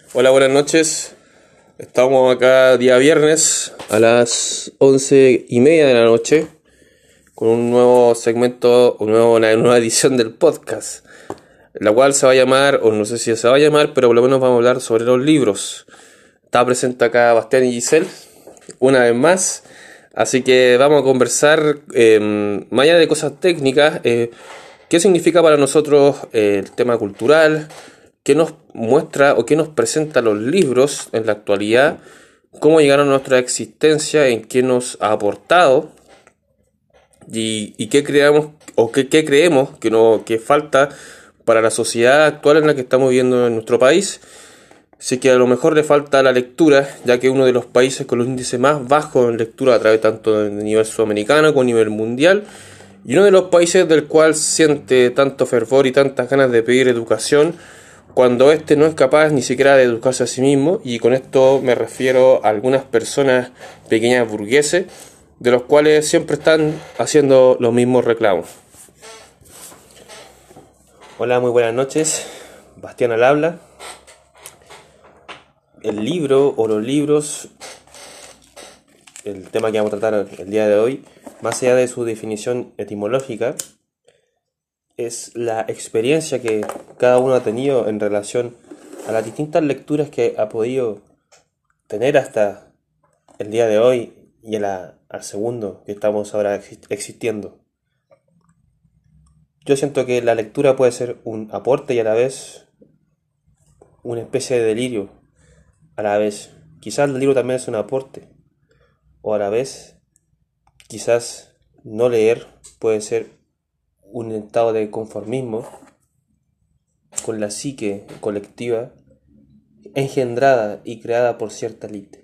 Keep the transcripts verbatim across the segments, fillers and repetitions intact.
Hola, buenas noches. Estamos acá día viernes a las once y media de la noche con un nuevo segmento, un nuevo, una nueva edición del podcast, la cual se va a llamar, o no sé si se va a llamar, pero por lo menos vamos a hablar sobre los libros. Está presente acá Bastián y Giselle, una vez más. Así que vamos a conversar, eh, más allá de cosas técnicas, eh, qué significa para nosotros eh, el tema cultural, qué nos muestra o qué nos presenta los libros en la actualidad, cómo llegaron a nuestra existencia, en qué nos ha aportado y, y qué creamos o qué, qué creemos que, no, que falta para la sociedad actual en la que estamos viviendo en nuestro país. Así que a lo mejor le falta la lectura, ya que es uno de los países con los índices más bajos en lectura a través tanto de nivel sudamericano como a nivel mundial, y uno de los países del cual siente tanto fervor y tantas ganas de pedir educación cuando éste no es capaz ni siquiera de educarse a sí mismo. Y con esto me refiero a algunas personas pequeñas burgueses, de los cuales siempre están haciendo los mismos reclamos. Hola, muy buenas noches, Bastián al habla. El libro o los libros, el tema que vamos a tratar el día de hoy, más allá de su definición etimológica, es la experiencia que cada uno ha tenido en relación a las distintas lecturas que ha podido tener hasta el día de hoy y a la, al segundo que estamos ahora existiendo. Yo siento que la lectura puede ser un aporte y a la vez una especie de delirio. A la vez, quizás el libro también es un aporte, o a la vez, quizás no leer puede ser un estado de conformismo con la psique colectiva engendrada y creada por cierta élite.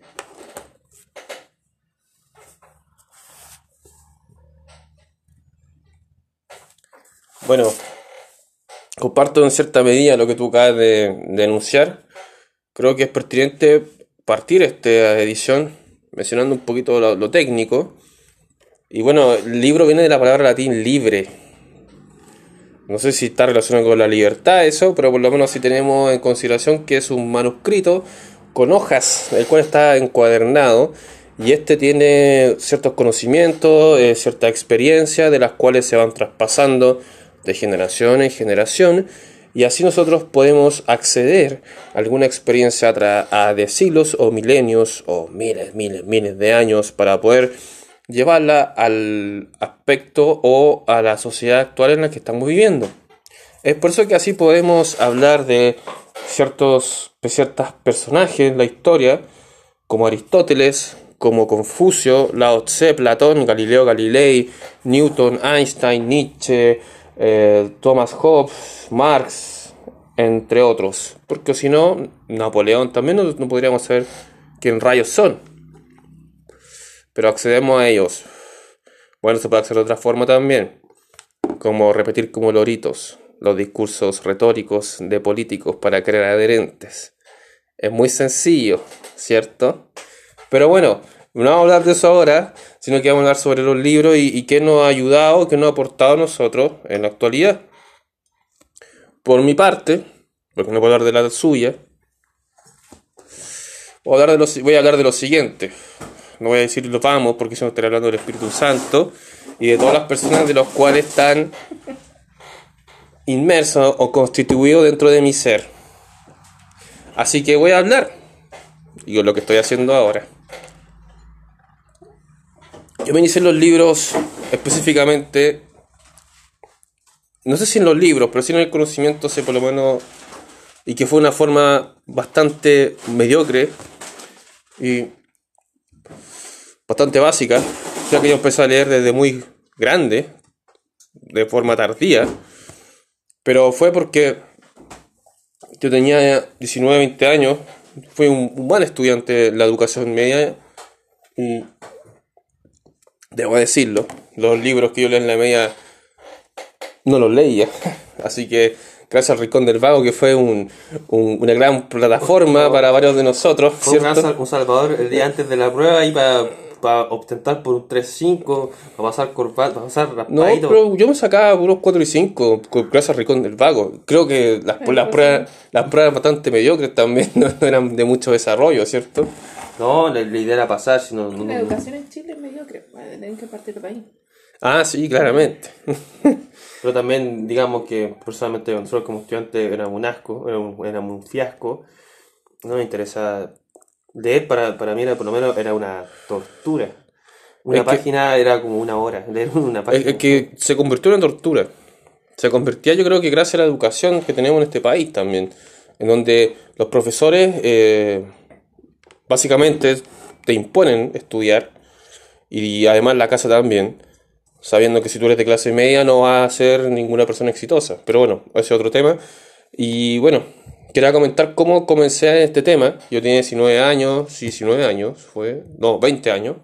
Bueno, comparto en cierta medida lo que tú acabas de denunciar. Creo que es pertinente partir esta edición mencionando un poquito lo, lo técnico. Y bueno, el libro viene de la palabra latín libre. No sé si está relacionado con la libertad eso, pero por lo menos si tenemos en consideración que es un manuscrito con hojas, el cual está encuadernado, y este tiene ciertos conocimientos, eh, cierta experiencia, de las cuales se van traspasando de generación en generación. Y así nosotros podemos acceder a alguna experiencia tra- a de siglos o milenios o miles, miles, miles de años para poder llevarla al aspecto o a la sociedad actual en la que estamos viviendo. Es por eso que así podemos hablar de ciertos, de ciertos personajes en la historia, como Aristóteles, como Confucio, Lao Tse, Platón, Galileo Galilei, Newton, Einstein, Nietzsche, Eh, Thomas Hobbes, Marx, entre otros, porque si no, Napoleón también no, no podríamos saber quién rayos son, pero accedemos a ellos. Bueno, se puede acceder de otra forma también, como repetir como loritos los discursos retóricos de políticos para crear adherentes. Es muy sencillo, ¿cierto? Pero bueno, no vamos a hablar de eso ahora, sino que vamos a hablar sobre los libros y, y qué nos ha ayudado, qué nos ha aportado a nosotros en la actualidad. Por mi parte, porque no puedo hablar de la suya, voy a hablar de lo, voy a hablar de lo siguiente. No voy a decir los vamos, porque si no estaré hablando del Espíritu Santo y de todas las personas de las cuales están inmersos o constituidos dentro de mi ser. Así que voy a hablar, y lo que estoy haciendo ahora. Yo me inicié en los libros específicamente, no sé si en los libros, pero sí en el conocimiento, sé por lo menos, y que fue una forma bastante mediocre y bastante básica, ya que yo empecé a leer desde muy grande, de forma tardía, pero fue porque yo tenía diecinueve, veinte años, fui un, un buen estudiante de la educación media y debo decirlo, los libros que yo leí en la media no los leía, así que gracias al Rincón del Vago, que fue un, un, una gran plataforma para varios de nosotros, fue ¿cierto? un, un salvador el día antes de la prueba y para para ostentar por un tres cinco, para pasar corbata, para pasar No, raspadito. pero yo me sacaba unos cuatro y cinco gracias a Ricón del Vago. Creo que las, Pero las, pues pruebas, las pruebas bastante mediocres también no, no eran de mucho desarrollo, ¿cierto? No, la, la idea era pasar, sino... No, La no, educación en Chile es mediocre, tienen que partir del país. Ah, sí, claramente. Pero también, digamos que personalmente nosotros como estudiantes éramos un asco, éramos, éramos un fiasco. No me interesa leer, para, para mí era, por lo menos era una tortura. Una Es que- página era como una hora, leer una Es, página. es que se convirtió en tortura. Se convertía, yo creo que gracias a la educación que tenemos en este país también, en donde los profesores eh, básicamente te imponen estudiar y además la casa también, sabiendo que si tú eres de clase media no vas a ser ninguna persona exitosa. Pero bueno, ese es otro tema. Y bueno, quería comentar cómo comencé en este tema. Yo tenía diecinueve años, sí, diecinueve años, fue, no, veinte años.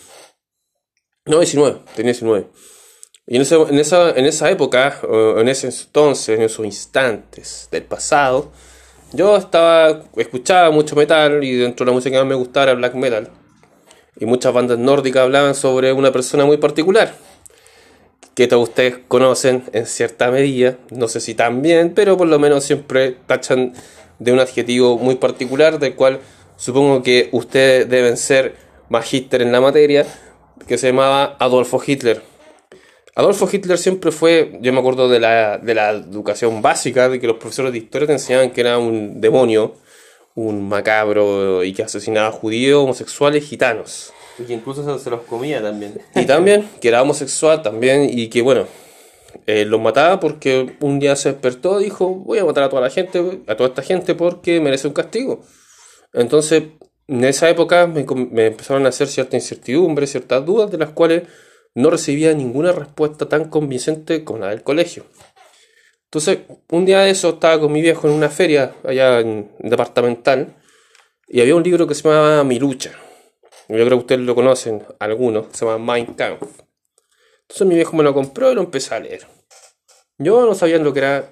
No, diecinueve, tenía diecinueve. Y en esa, en esa, en esa época, o en ese entonces, en esos instantes del pasado, yo estaba, escuchaba mucho metal y dentro de la música que más me gustaba era black metal. Y muchas bandas nórdicas hablaban sobre una persona muy particular, que todos ustedes conocen en cierta medida, no sé si tan bien, pero por lo menos siempre tachan de un adjetivo muy particular, del cual supongo que ustedes deben ser magíster en la materia, que se llamaba Adolfo Hitler. Adolfo Hitler siempre fue, yo me acuerdo de la, de la educación básica, de que los profesores de historia te enseñaban que era un demonio, un macabro y que asesinaba judíos, homosexuales, gitanos. Y que incluso se, se los comía también. Y también que era homosexual también y que bueno, eh, los mataba porque un día se despertó y dijo, voy a matar a toda la gente, a toda esta gente porque merece un castigo. Entonces, en esa época me, com- me empezaron a hacer cierta incertidumbre, ciertas dudas de las cuales no recibía ninguna respuesta tan convincente como la del colegio. Entonces, un día de eso estaba con mi viejo en una feria allá en departamental y había un libro que se llamaba Mi lucha. Yo creo que ustedes lo conocen, algunos, se llama Mein Kampf. Entonces mi viejo me lo compró y lo empecé a leer. Yo no sabía lo que era,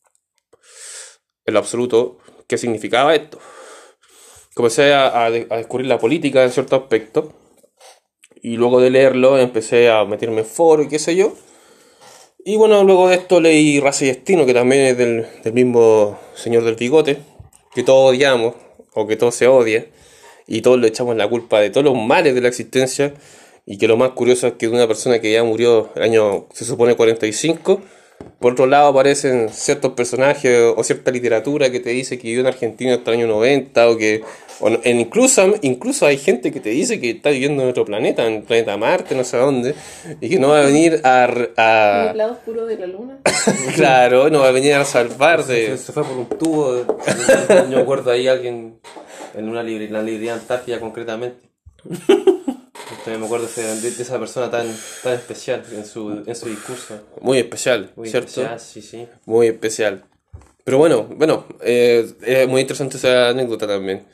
en lo absoluto, qué significaba esto. Comencé a, a, a descubrir la política en cierto aspecto. Y luego de leerlo empecé a meterme en foro y qué sé yo. Y bueno, luego de esto leí Raza y Destino, que también es del, del mismo señor del bigote, que todos odiamos, o que todo se odia, y todos le echamos la culpa de todos los males de la existencia, y que lo más curioso es que de una persona que ya murió el año, se supone, cuarenta y cinco, por otro lado aparecen ciertos personajes o cierta literatura que te dice que vivió en Argentina hasta el año noventa, o que o no- en incluso, incluso hay gente que te dice que está viviendo en otro planeta, en el planeta Marte, no sé dónde, y que no va a venir a... r- a- El lado oscuro de la luna. claro, no va a venir a salvar Se, de... se fue por un tubo. Yo me acuerdo ahí alguien en una librería, en la librería Antártida concretamente. Entonces me acuerdo de, de esa persona tan, tan especial en su, en su discurso. Muy especial, Muy ¿cierto? especial, sí, sí. Muy especial. Pero bueno, bueno, eh, es muy interesante esa anécdota también.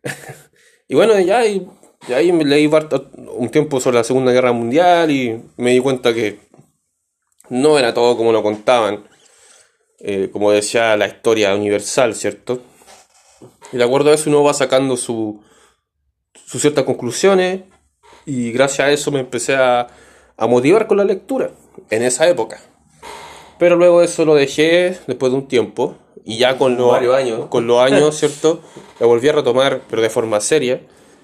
Y bueno, ya ahí, ya ahí me leí bart- un tiempo sobre la Segunda Guerra Mundial y me di cuenta que no era todo como lo contaban. Eh, como decía la historia universal, ¿cierto? Y de acuerdo a eso uno va sacando su, sus ciertas conclusiones y gracias a eso me empecé a, a motivar con la lectura en esa época. Pero luego eso lo dejé después de un tiempo y ya con, los Varios años. con los años, ¿cierto? Lo volví a retomar, pero de forma seria.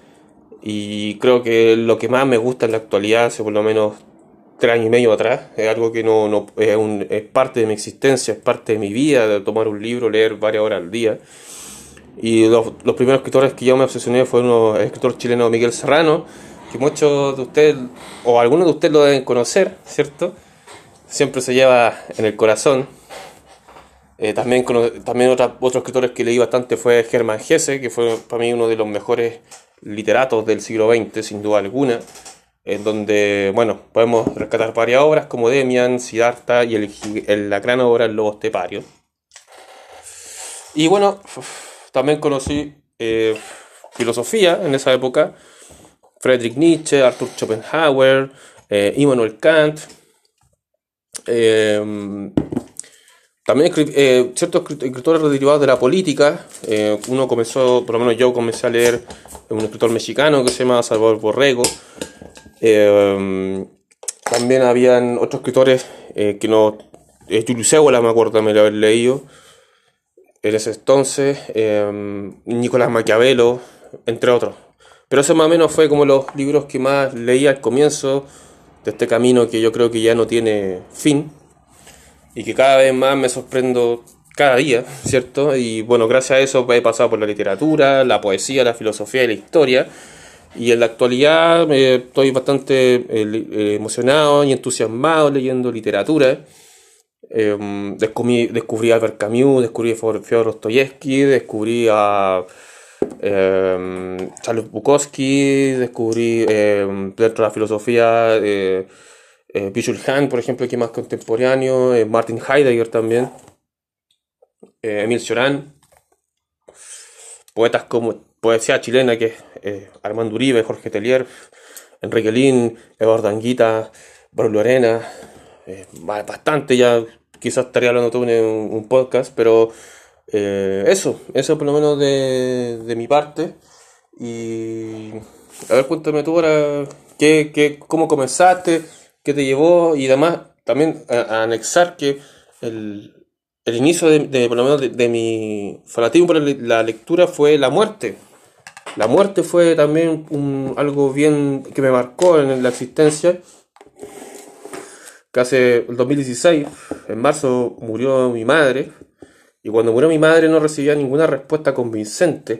Y creo que lo que más me gusta en la actualidad, hace por lo menos tres años y medio atrás, es algo que no, no es, un- es parte de mi existencia, es parte de mi vida, de tomar un libro, leer varias horas al día. Y los, los primeros escritores que yo me obsesioné fueron uno- el escritor chileno Miguel Serrano, que muchos de ustedes, o algunos de ustedes lo deben conocer, ¿cierto? Siempre se lleva en el corazón. Eh, también cono- también otra- otros escritores que leí bastante fue Hermann Hesse, que fue para mí uno de los mejores literatos del siglo veinte, sin duda alguna, en donde, bueno, podemos rescatar varias obras como Demian, Siddhartha y el, gi- el- la gran obra El Lobo Estepario. Y bueno, también conocí eh, filosofía en esa época, Friedrich Nietzsche, Arthur Schopenhauer, eh, Immanuel Kant, eh, también escri- eh, ciertos escrit- escritores derivados de la política. Eh, uno comenzó, por lo menos yo comencé a leer un escritor mexicano que se llama Salvador Borrego. Eh, también habían otros escritores eh, que no... Eh, Julius Evola, me acuerdo también de haber leído en ese entonces, eh, Nicolás Maquiavelo, entre otros. Pero eso más o menos fue como los libros que más leí al comienzo de este camino que yo creo que ya no tiene fin y que cada vez más me sorprendo cada día, ¿cierto? Y bueno, gracias a eso he pasado por la literatura, la poesía, la filosofía y la historia. Y en la actualidad eh, estoy bastante eh, eh, emocionado y entusiasmado leyendo literatura. Eh, descubrí, descubrí a Albert Camus, descubrí a Fyodor Dostoyevsky, descubrí a eh, Charles Bukowski, descubrí eh, dentro de la filosofía eh, eh, Byung-Chul Han, por ejemplo, que es más contemporáneo, eh, Martin Heidegger también, eh, Emile Cioran, poetas como poesía chilena que es eh, Armando Uribe, Jorge Telier, Enrique Lin, Eduardo Anguita, Bruno Lorena. Eh, bastante, ya quizás estaría hablando todo en un, un podcast, pero eh, eso, eso por lo menos de, de mi parte. Y a ver, cuéntame tú ahora qué, qué, cómo comenzaste, qué te llevó y además también a, a anexar que el, el inicio de, de por lo menos de, de mi fanatismo por la lectura fue la muerte. La muerte fue también un, algo bien que me marcó en la existencia. Que hace el dos mil dieciséis, en marzo, murió mi madre. Y cuando murió mi madre no recibía ninguna respuesta convincente.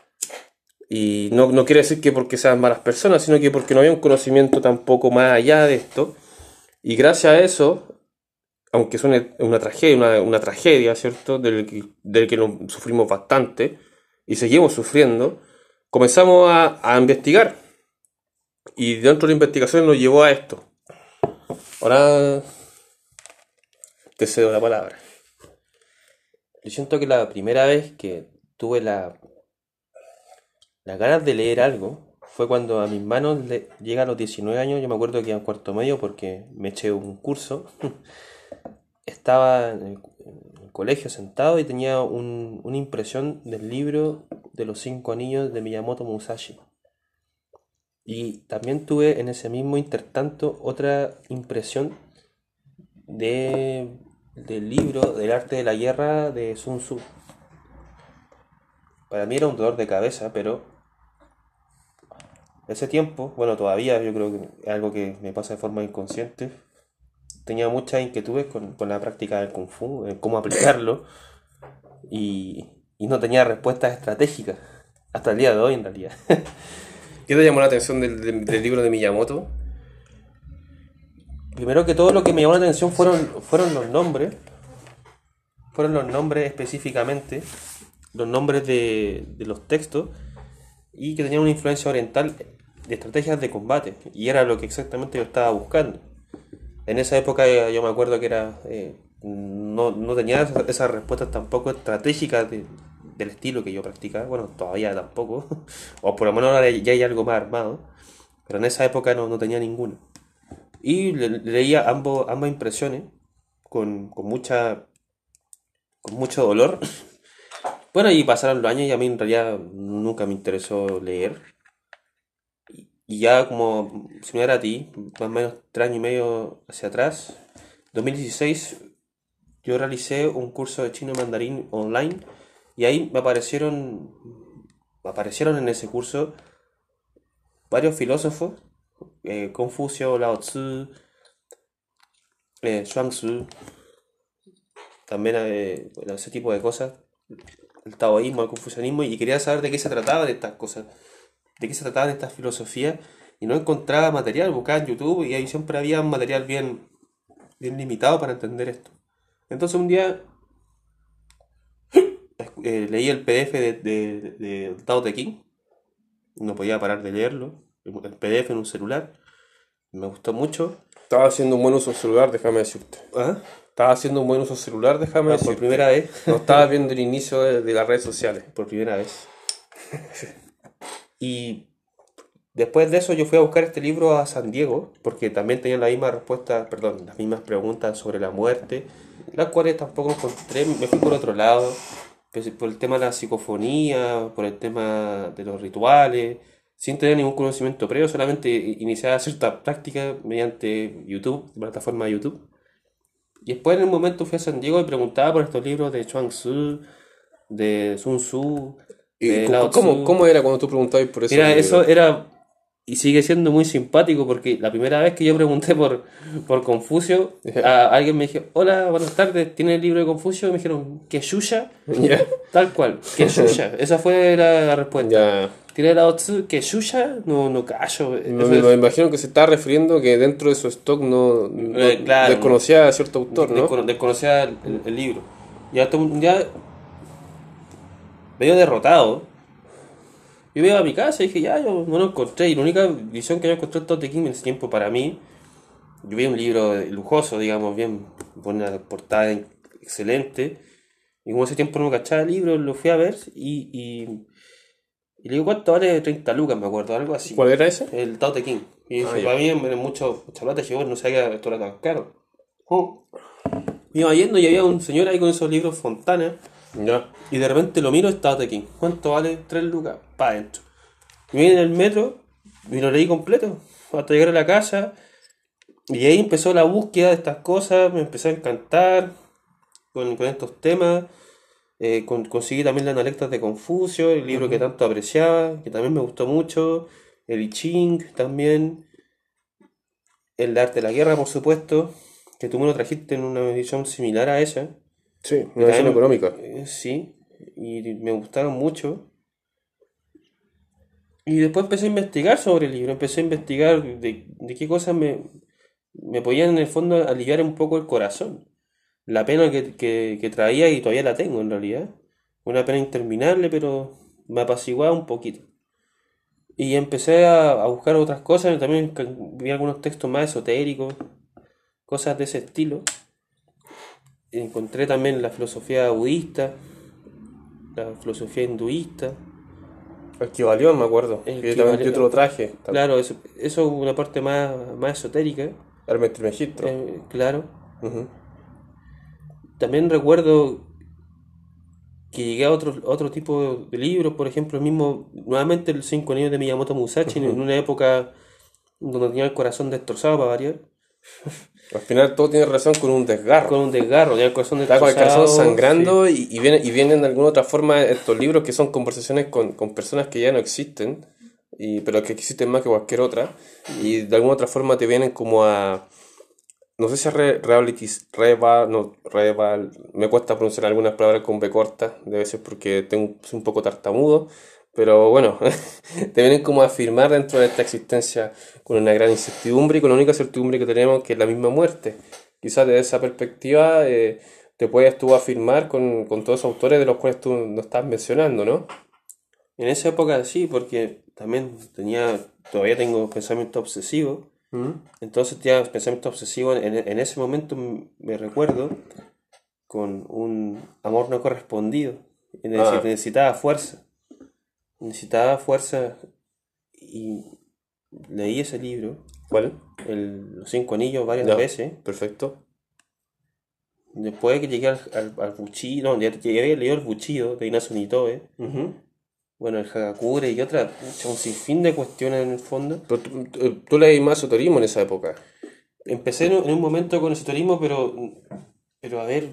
Y no, no quiere decir que porque sean malas personas, sino que porque no había un conocimiento tampoco más allá de esto. Y gracias a eso, aunque suene una tragedia, una, una tragedia, ¿cierto? Del que, del que nos sufrimos bastante y seguimos sufriendo, comenzamos a, a investigar. Y dentro de la investigación nos llevó a esto. Ahora te cedo la palabra. Yo siento que la primera vez que tuve la las ganas de leer algo fue cuando a mis manos le, llega a los diecinueve años. Yo me acuerdo que en cuarto medio, porque me eché un curso, estaba en el, en el colegio sentado y tenía un, una impresión del libro de los cinco anillos de Miyamoto Musashi. Y también tuve en ese mismo intertanto otra impresión de, del libro del arte de la guerra de Sun Tzu. Para mí era un dolor de cabeza, pero ese tiempo, bueno, todavía yo creo que es algo que me pasa de forma inconsciente. Tenía muchas inquietudes con, con la práctica del Kung Fu, en cómo aplicarlo, y, y no tenía respuestas estratégicas, hasta el día de hoy en realidad. ¿Qué te llamó la atención del, del, del libro de Miyamoto? Primero que todo, lo que me llamó la atención fueron, fueron los nombres, fueron los nombres específicamente, los nombres de, de los textos, y que tenían una influencia oriental de estrategias de combate, y era lo que exactamente yo estaba buscando. En esa época eh, yo me acuerdo que era eh, no, no tenía esas, esas respuestas tampoco estratégicas de, del estilo que yo practicaba, bueno, todavía tampoco, o por lo menos ahora ya hay algo más armado, pero en esa época no, no tenía ninguna. Y le, leía ambos, ambas impresiones con, con mucha con mucho dolor. Bueno, y pasaron los años y a mí en realidad nunca me interesó leer. Y ya como similar a ti, más o menos tres años y medio hacia atrás, dos mil dieciséis, yo realicé un curso de chino mandarín online y ahí me aparecieron, me aparecieron en ese curso varios filósofos, eh, Confucio, Lao Tzu, eh, Zhuangzi, también eh, bueno, ese tipo de cosas, el taoísmo, el confucianismo, y quería saber de qué se trataban estas cosas, de qué se trataban estas filosofías, y no encontraba material, buscaba en YouTube y ahí siempre había un material bien, bien limitado para entender esto. Entonces un día eh, leí el P D F de, de, de Tao Te Ching, no podía parar de leerlo, el P D F en un celular, me gustó mucho. Estaba haciendo un buen uso del celular, déjame decirte. ¿Ah? Estaba haciendo un buen uso del celular, déjame Ah, decirte. por primera vez. No estaba viendo el inicio de, de las redes sociales. Por primera vez. Y después de eso yo fui a buscar este libro a San Diego, porque también tenía la misma respuesta, perdón, las mismas preguntas sobre la muerte, las cuales tampoco encontré, me fui por otro lado. pues, por el tema de la psicofonía, por el tema de los rituales, sin tener ningún conocimiento previo, solamente iniciaba ciertas prácticas mediante YouTube, plataforma de YouTube. Y después en un momento fui a San Diego y preguntaba por estos libros de Chuang Tzu, de Sun Tzu, ¿Y de cu- Lao cómo, Tzu. cómo era cuando tú preguntabas por eso? Mira, eso era y sigue siendo muy simpático porque la primera vez que yo pregunté por, por Confucio, a alguien me dijo, hola, buenas tardes, ¿tiene el libro de Confucio? Y me dijeron, ¿qué Yuya? Ya, Tal cual, ¿qué Yuya? Esa fue la, la respuesta. ya. ¿Tiene Lao Tzu? ¿Qué Yuya? No, no callo. Me, Eso me es- imagino que se está refiriendo que dentro de su stock no, no- Eh, claro. desconocía a cierto autor, ¿no? descono- desconocía el, el- el libro. Ya, hasta un- ya medio derrotado. Yo iba a mi casa y dije, ya, yo no lo encontré. Y la única visión que yo encontré en Tao Te Ching en ese tiempo para mí, yo vi un libro lujoso, digamos, bien, con una portada excelente. Y como ese tiempo no cachaba el libro, lo fui a ver y, y, y le digo, ¿cuánto vale? treinta lucas, me acuerdo, algo así. ¿Cuál era ese? El Tao Te Ching. Y Ah, dije, ya. para mí era mucho, mucha plata. Y dije, bueno, no sabía que esto era tan caro. Oh. Iba yendo y había un señor ahí con esos libros Fontana. Ya. Y de repente lo miro, Tao Te Ching. ¿Cuánto vale? tres lucas. Pa' adentro. Y vine en el metro y lo leí completo. Hasta llegar a la casa. Y ahí empezó la búsqueda de estas cosas. Me empecé a encantar con, con estos temas. Eh, con- conseguí también las analectas de Confucio, el libro que tanto apreciaba, que también me gustó mucho. El I Ching también. El de Arte de la Guerra, por supuesto. Que tú me lo trajiste en una edición similar a esa. Sí, una versión También- económica. eh, sí, y me gustaron mucho. Y después empecé a investigar sobre el libro, empecé a investigar de, de qué cosas me, me podían en el fondo aliviar un poco el corazón. La pena que, que, que traía y todavía la tengo en realidad. Una pena interminable, pero me apaciguaba un poquito. Y empecé a, a buscar otras cosas, también ca- vi algunos textos más esotéricos, cosas de ese estilo. Encontré también la filosofía budista, la filosofía hinduista. El que valió, me acuerdo. El que que también valió- yo te lo traje. Claro, eso, eso es una parte más, más esotérica, Hermes Trismegisto. eh, claro. Ujú. También recuerdo que llegué a otro, a otro tipo de libros, por ejemplo, el mismo, nuevamente el Cinco Anillos de Miyamoto Musashi, en una época donde tenía el corazón destrozado para variar, Al final todo tiene relación con un desgarro. con un desgarro, tenía el corazón Está con el destrozado. corazón sangrando y, y, viene, y vienen de alguna otra forma estos libros que son conversaciones con, con personas que ya no existen, y, pero que existen más que cualquier otra, y de alguna otra forma te vienen como a... No sé si a re, realitis, reva, no, reval, me cuesta pronunciar algunas palabras con B corta, debe ser porque tengo, soy un poco tartamudo, pero bueno, te vienen como a afirmar dentro de esta existencia con una gran incertidumbre y con la única certidumbre que tenemos que es la misma muerte. Quizás desde esa perspectiva eh, te puedes tú afirmar con, con todos esos autores de los cuales tú no estás mencionando, ¿no? En esa época sí, porque también tenía, todavía tengo pensamiento obsesivo. Entonces tenía pensamiento obsesivo en, en ese momento m- me recuerdo con un amor no correspondido. Y necesi- Ah. necesitaba fuerza. Necesitaba fuerza y leí ese libro, ¿Cuál? el, Los Cinco Anillos, varias Ya. veces. Perfecto. Después que llegué al, al, al Bushido, no, ya, ya había leído el Bushido de Inazu Nitoe, bueno, el Hagakure y otra, pucha, un sinfín de cuestiones en el fondo. Pero tú, tú, tú leí más esoterismo en esa época. Empecé en un, en un momento con esoterismo, pero, pero a ver,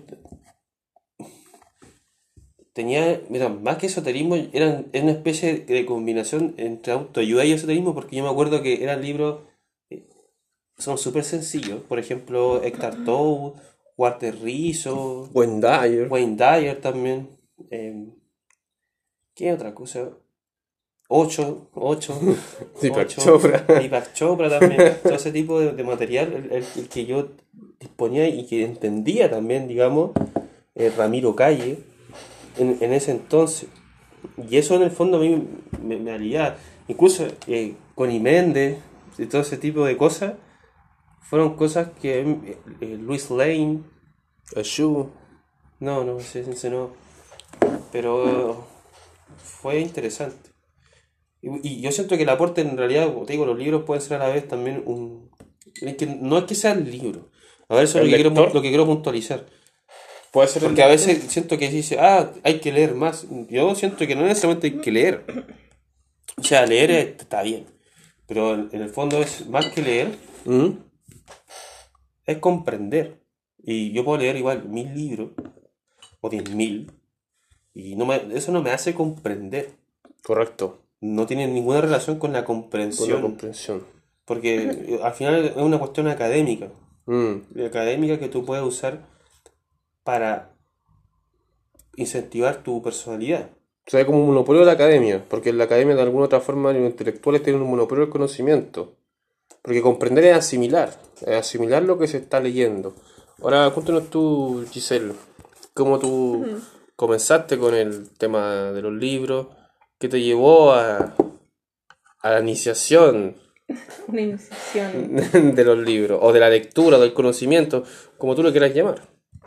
tenía, mira, más que esoterismo, eran, era una especie de combinación entre autoayuda y esoterismo, porque yo me acuerdo que eran libros, eh, son súper sencillos, por ejemplo, Eckhart Tolle, Walter Rizzo, Buen Dyer. Wayne Dyer también, eh, ¿qué otra cosa? Ocho, ocho, Deepak ocho, Chopra. Deepak Chopra también, todo ese tipo de, de material, el, el- el que yo disponía y que entendía también, digamos, eh, Ramiro Calle, en, en ese entonces. Y eso en el fondo a mí me, me aliviaba. Incluso eh, Connie Méndez y todo ese tipo de cosas, fueron cosas que eh, eh, Luis Lane, El Shu. no, no, ese, ese no, pero fue interesante. Y, y yo siento que el aporte en realidad, como te digo, los libros pueden ser a la vez también un... es que no es que sea el libro. A ver, eso es ¿El lo que, quiero, lector? lo que quiero puntualizar. Puede ser Porque a veces siento que dice, ah, hay que leer más. Yo siento que no necesariamente hay que leer. O sea, leer es- está bien. Pero en, en el fondo es más que leer, ¿Mm? es comprender. Y yo puedo leer igual mil libros, o diez mil, y no me, eso no me hace comprender. Correcto, No tiene ninguna relación con la con la comprensión. comprensión. Porque eh, al final es una cuestión académica. Mm. Académica que tú puedes usar para incentivar tu personalidad. O sea, es como un monopolio de la academia, porque en la academia de alguna otra forma los intelectuales tienen un monopolio del conocimiento. Porque comprender es asimilar, es asimilar lo que se está leyendo. Ahora, cuéntanos tú, Giselle, cómo tú comenzaste con el tema de los libros, qué te llevó a, a la iniciación Una iniciación. de los libros, o de la lectura, del conocimiento, como tú lo quieras llamar.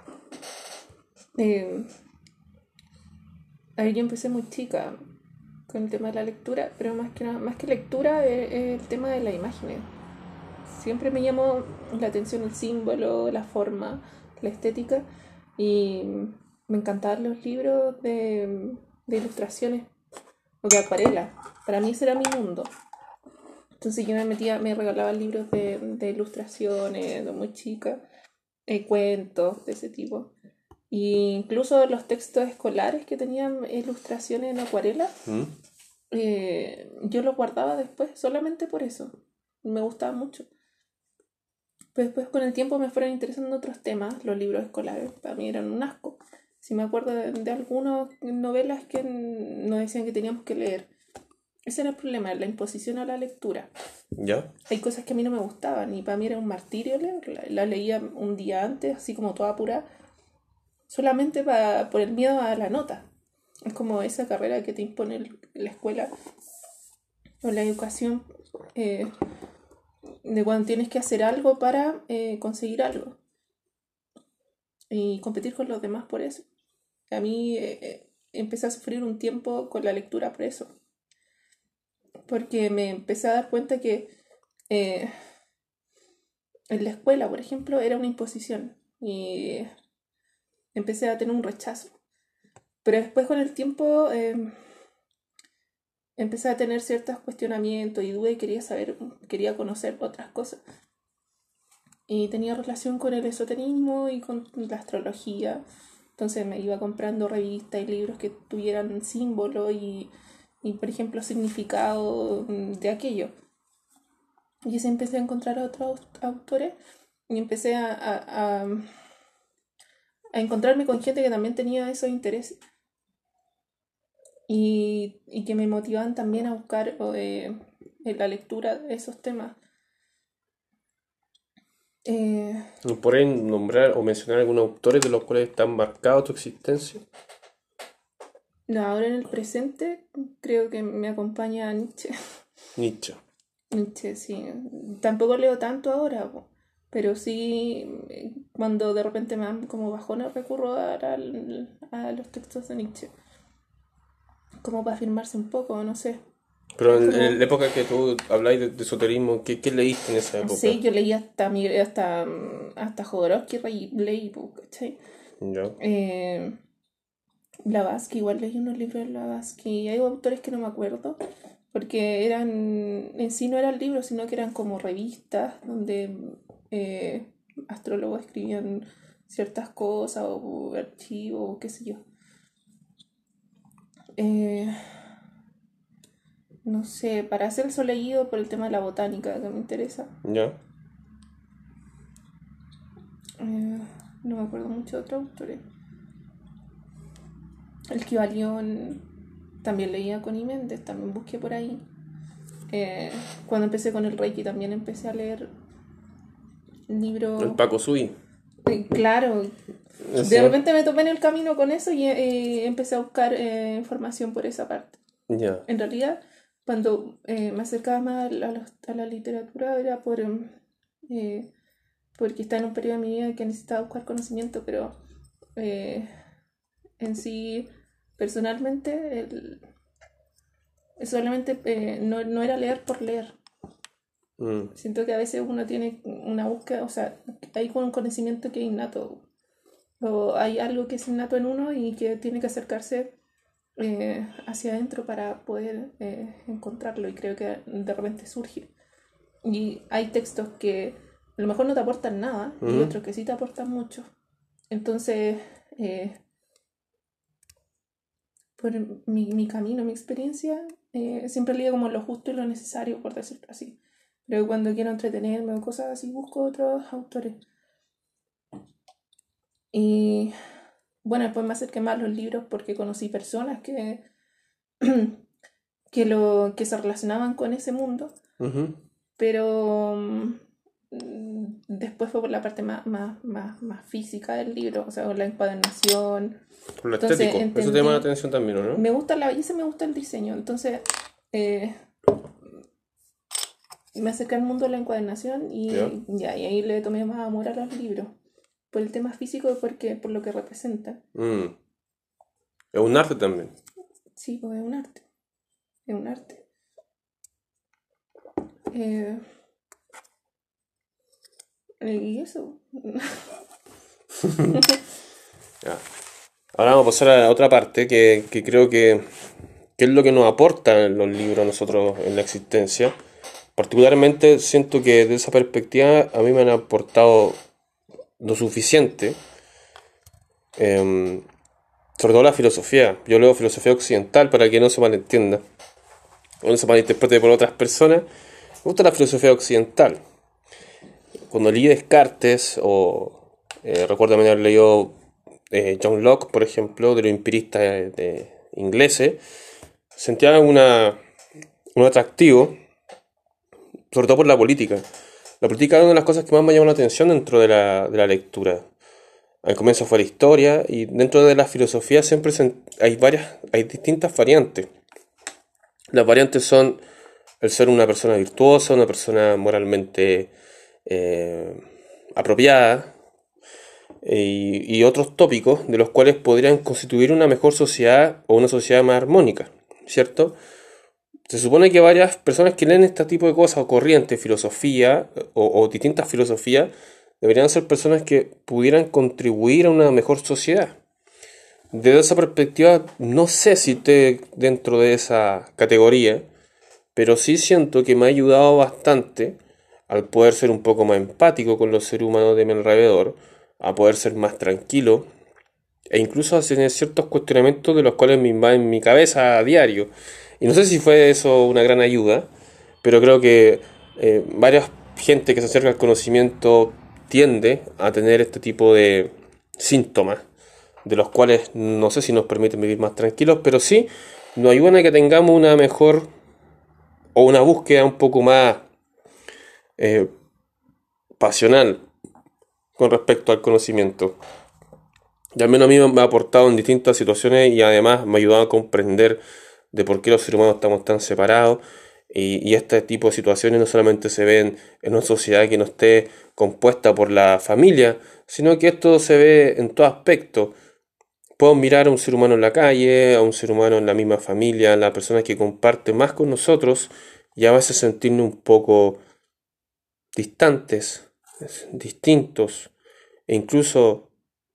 Eh, a ver, yo empecé muy chica con el tema de la lectura, pero más que nada, más que lectura, es el tema de las imágenes. Siempre me llamó la atención el símbolo, la forma, la estética, y me encantaban los libros de, de ilustraciones o de acuarela. Para mí ese era mi mundo. Entonces yo me metía, me regalaban libros de, de ilustraciones de muy chica, eh, cuentos de ese tipo. Y incluso los textos escolares que tenían ilustraciones en acuarela, ¿Mm? eh, yo los guardaba después solamente por eso. Me gustaba mucho. Pero después con el tiempo me fueron interesando otros temas, los libros escolares. Para mí eran un asco. Si me acuerdo de, de algunas novelas que nos decían que teníamos que leer. Ese era el problema, la imposición a la lectura. ¿Ya? Hay cosas que a mí no me gustaban y para mí era un martirio leer. La, la leía un día antes, así como toda apurada, solamente pa, por el miedo a la nota. Es como esa carrera que te impone el- la escuela o la educación, eh, de cuando tienes que hacer algo para eh, conseguir algo y competir con los demás por eso. A mí eh, eh, empecé a sufrir un tiempo con la lectura por eso, porque me empecé a dar cuenta que eh, en la escuela, por ejemplo, era una imposición y empecé a tener un rechazo. Pero después con el tiempo eh, empecé a tener ciertos cuestionamientos y dudas y quería saber, quería conocer otras cosas. Y tenía relación con el esoterismo y con la astrología. Entonces me iba comprando revistas y libros que tuvieran símbolos y, y, por ejemplo, significado de aquello. Y así empecé a encontrar a otros autores y empecé a, a, a, a encontrarme con gente que también tenía esos intereses. Y, y que me motivaban también a buscar eh, en la lectura de esos temas. Eh, ¿Por ahí nombrar o mencionar algunos autores de los cuales están marcados tu existencia? no, ahora en el presente creo que me acompaña Nietzsche. Nietzsche. Nietzsche, sí. Tampoco leo tanto ahora, po, pero sí eh, cuando de repente me dan como bajones recurro a, a, a los textos de Nietzsche. Como para afirmarse un poco, no sé. Pero Es en, como... en la época que tú habláis de, de esoterismo, ¿qué, qué leíste en esa época? Sí, yo leí hasta, mi- hasta, hasta Jodorowsky, re- leí, po, ¿cachai? Ya. Eh, Blavatsky, igual leí unos libros de Blavatsky. Hay autores que no me acuerdo, porque eran, en sí no eran libros, sino que eran como revistas donde eh, astrólogos escribían ciertas cosas o archivos, o qué sé yo. Eh, no sé, para hacer eso leído por el tema de la botánica que me interesa. Ya. Eh, no me acuerdo mucho de otros autores. El Kybalión también leía con Méndez, también busqué por ahí. Eh, cuando empecé con el Reiki también empecé a leer libros. El Paco Sui. Eh, claro, de Sí. repente me topé en el camino con eso y eh, empecé a buscar eh, información por esa parte. Ya. En realidad, cuando eh, me acercaba más a la, a la literatura era por eh, porque estaba en un periodo de mi vida que necesitaba buscar conocimiento, pero eh, en sí, personalmente, el, solamente eh, no, no era leer por leer. Mm. Siento que a veces uno tiene una búsqueda, o sea, hay un conocimiento que es innato. o hay algo que es innato en uno y que tiene que acercarse eh, hacia adentro para poder eh, encontrarlo, y creo que de repente surge. Y hay textos que a lo mejor no te aportan nada y Ujú. otros que sí te aportan mucho. Entonces, eh, por mi, mi camino, mi experiencia, eh, siempre leo como lo justo y lo necesario, por decirlo así. Pero cuando quiero entretenerme o cosas así, busco otros autores. Y bueno, después me acerqué más a los libros porque conocí personas que, que, lo, que se relacionaban con ese mundo, Ujú. pero mm, después fue por la parte más, más, más, más física del libro, o sea, con la encuadernación. Por lo Entonces estético, eso te llama la entendí, atención también, ¿o no? me gusta la belleza, me gusta el diseño, entonces eh, me acerqué al mundo de la encuadernación ¿Ya? y, ya, y ahí le tomé más amor a los libros, por el tema físico y porque, por lo que representan. Mm. Es un arte también. Sí, pues es un arte, es un arte. Eh, y eso. Ya. Ahora vamos a pasar a la otra parte que, que creo que, que es lo que nos aportan los libros a nosotros en la existencia. Particularmente siento que de esa perspectiva a mí me han aportado lo suficiente, em, sobre todo la filosofía. Yo leo filosofía occidental para que no se malentienda o no se malinterprete por otras personas. Me gusta la filosofía occidental. Cuando leí Descartes o eh, recuerdo haber leído eh, John Locke, por ejemplo, de los empiristas de, de ingleses, sentía una, un atractivo, sobre todo por la política. La política es una de las cosas que más me llamó la atención dentro de la, de la lectura. Al comienzo fue la historia y dentro de la filosofía siempre se, hay varias, hay distintas variantes. Las variantes son el ser una persona virtuosa, una persona moralmente eh, apropiada, y, y otros tópicos de los cuales podrían constituir una mejor sociedad o una sociedad más armónica, ¿cierto? Se supone que varias personas que leen este tipo de cosas o corrientes, filosofía o, o distintas filosofías, deberían ser personas que pudieran contribuir a una mejor sociedad. Desde esa perspectiva, no sé si esté dentro de esa categoría, pero sí siento que me ha ayudado bastante al poder ser un poco más empático con los seres humanos de mi alrededor, a poder ser más tranquilo e incluso a tener ciertos cuestionamientos de los cuales me invaden mi cabeza a diario. Y no sé si fue eso una gran ayuda, pero creo que eh, varias gente que se acerca al conocimiento tiende a tener este tipo de síntomas, de los cuales no sé si nos permiten vivir más tranquilos, pero sí nos ayudan a que tengamos una mejor o una búsqueda un poco más eh, pasional con respecto al conocimiento. Y al menos a mí me ha aportado en distintas situaciones y además me ha ayudado a comprender de por qué los seres humanos estamos tan separados. Y, y este tipo de situaciones no solamente se ven en una sociedad que no esté compuesta por la familia, sino que esto se ve en todo aspecto. Puedo mirar a un ser humano en la calle, a un ser humano en la misma familia, a la persona que comparte más con nosotros, y a veces sentirnos un poco distantes, distintos, e incluso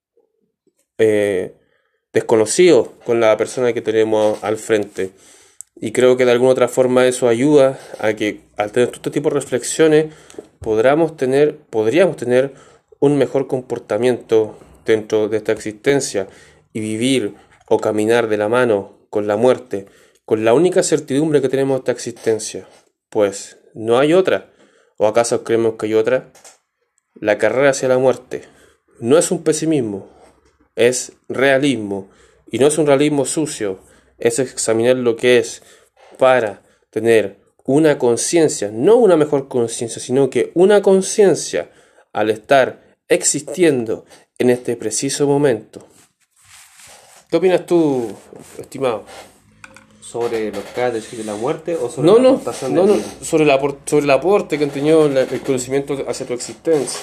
eh, desconocidos con la persona que tenemos al frente. Y creo que de alguna otra forma eso ayuda a que al tener todo este tipo de reflexiones podamos tener, podríamos tener un mejor comportamiento dentro de esta existencia y vivir o caminar de la mano con la muerte, con la única certidumbre que tenemos de esta existencia. Pues no hay otra. ¿O acaso creemos que hay otra? La carrera hacia la muerte no es un pesimismo, es realismo. Y no es un realismo sucio, es examinar lo que es para tener una conciencia, no una mejor conciencia, sino que una conciencia al estar existiendo en este preciso momento. ¿Qué opinas tú, estimado? ¿Sobre lo que acabas de decir de la muerte o sobre No, la no, aportación no, del no, libro? sobre el aporte, sobre el aporte que han tenido la- el conocimiento hacia tu existencia.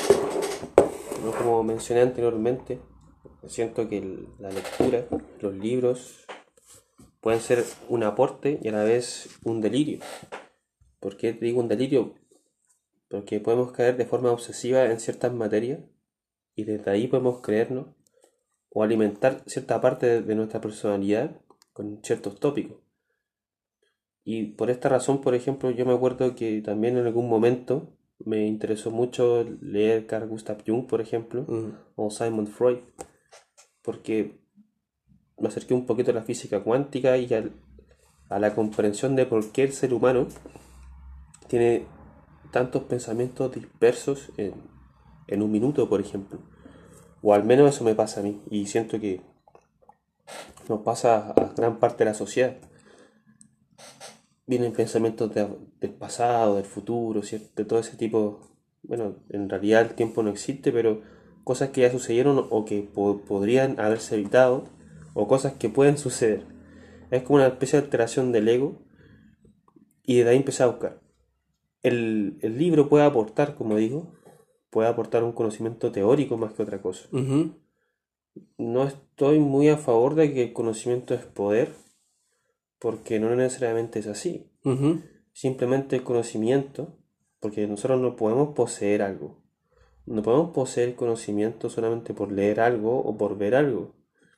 ¿No? Como mencioné anteriormente, siento que el- la lectura, los libros, pueden ser un aporte y a la vez un delirio. ¿Por qué te digo un delirio? Porque podemos caer de forma obsesiva en ciertas materias y desde ahí podemos creernos o alimentar cierta parte de, de nuestra personalidad con ciertos tópicos. Y por esta razón, por ejemplo, yo me acuerdo que también en algún momento me interesó mucho leer Carl Gustav Jung, por ejemplo, Mm. o Sigmund Freud, porque me acerqué un poquito a la física cuántica y al- a la comprensión de por qué el ser humano tiene tantos pensamientos dispersos en, en un minuto, por ejemplo. O al menos eso me pasa a mí, y siento que nos pasa a gran parte de la sociedad. Vienen pensamientos de- del pasado, del futuro, ¿cierto? De todo ese tipo. Bueno, en realidad el tiempo no existe, pero cosas que ya sucedieron o que po- podrían haberse evitado, o cosas que pueden suceder. Es como una especie de alteración del ego, y de ahí empecé a buscar. El, el libro puede aportar, como digo, puede aportar un conocimiento teórico más que otra cosa. Ujú. No estoy muy a favor de que el conocimiento es poder, porque no necesariamente es así. Ujú. Simplemente el conocimiento, porque nosotros no podemos poseer algo. No podemos poseer conocimiento solamente por leer algo o por ver algo.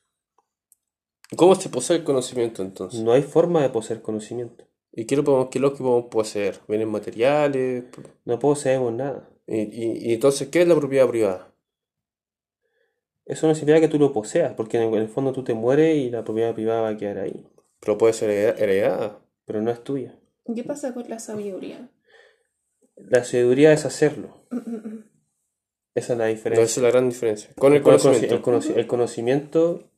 ¿Cómo se posee el conocimiento entonces? No hay forma de poseer conocimiento. ¿Y qué, lo podemos, qué es lo que podemos poseer? ¿Bienes materiales? No poseemos nada. ¿Y, y- y entonces qué es la propiedad privada? Eso no significa que tú lo poseas, porque en el fondo tú te mueres y la propiedad privada va a quedar ahí. Pero puede ser hereda- heredada. Pero no es tuya. ¿Qué pasa con la sabiduría? La sabiduría es hacerlo. Esa es la Entonces diferencia. esa es la gran diferencia. Con el Con el, conoci- conocimiento. el conoci- el conocimiento,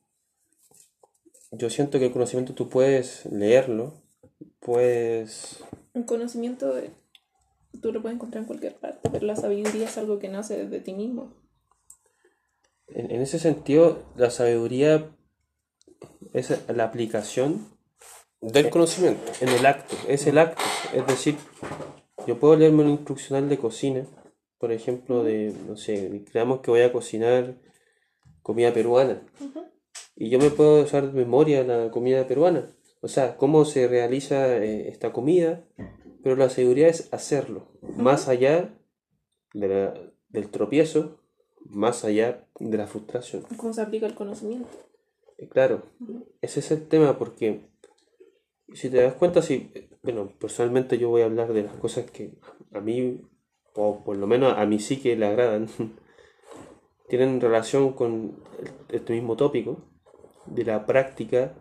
yo siento que el conocimiento tú puedes leerlo, puedes... Un conocimiento de- tú lo puedes encontrar en cualquier parte, pero la sabiduría es algo que nace desde ti mismo. En, en ese sentido, la sabiduría es la aplicación Del conocimiento. en el acto, es el acto. Es decir, yo puedo leerme un instruccional de cocina, por ejemplo, de, no sé, creamos que voy a cocinar comida peruana. Y yo me puedo usar de memoria la comida peruana. O sea, cómo se realiza eh, esta comida, pero la sabiduría es hacerlo, más allá de la- del tropiezo, más allá de la frustración. ¿Cómo se aplica el conocimiento? Eh, Claro, ese es el tema porque si te das cuenta, si, bueno, personalmente yo voy a hablar de las cosas que a mí, o por lo menos a mi psique le agradan, tienen relación con el- este mismo tópico, de la práctica,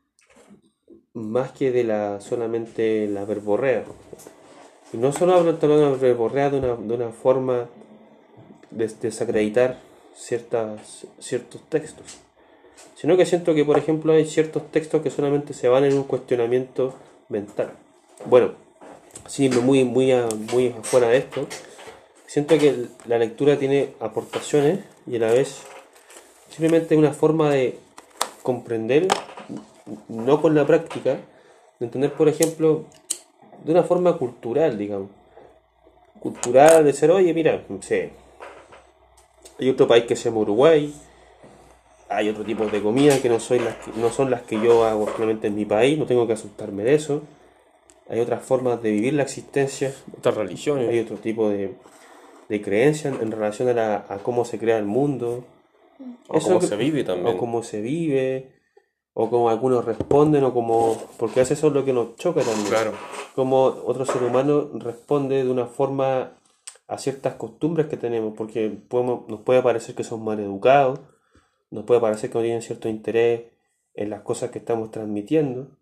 más que de la solamente la verborrea. Y no solo hablo de la verborrea de una, de una forma de desacreditar ciertas, ciertos textos, sino que siento que, por ejemplo, hay ciertos textos que solamente se van en un cuestionamiento mental. Bueno, sin irme muy, muy, a- muy afuera de esto, siento que la lectura tiene aportaciones y a la vez simplemente una forma de comprender, no con la práctica, de entender, por ejemplo, de una forma cultural, digamos. Cultural, de ser, oye, mira, no sé, hay otro país que se llama Uruguay, hay otro tipo de comida que no, soy las que no son las que yo hago solamente en mi país, no tengo que asustarme de eso. Hay otras formas de vivir la existencia, Otras religiones. hay otro tipo de, de creencias en, en relación a, la, a cómo se crea el mundo. O Eso cómo que- se vive también. O cómo se vive, o cómo algunos responden, o cómo... Porque a veces eso es lo que nos choca también. Claro. Cómo otro ser humano responde de una forma a ciertas costumbres que tenemos, porque podemos, nos puede parecer que son mal educados, nos puede parecer que no tienen cierto interés en las cosas que estamos transmitiendo.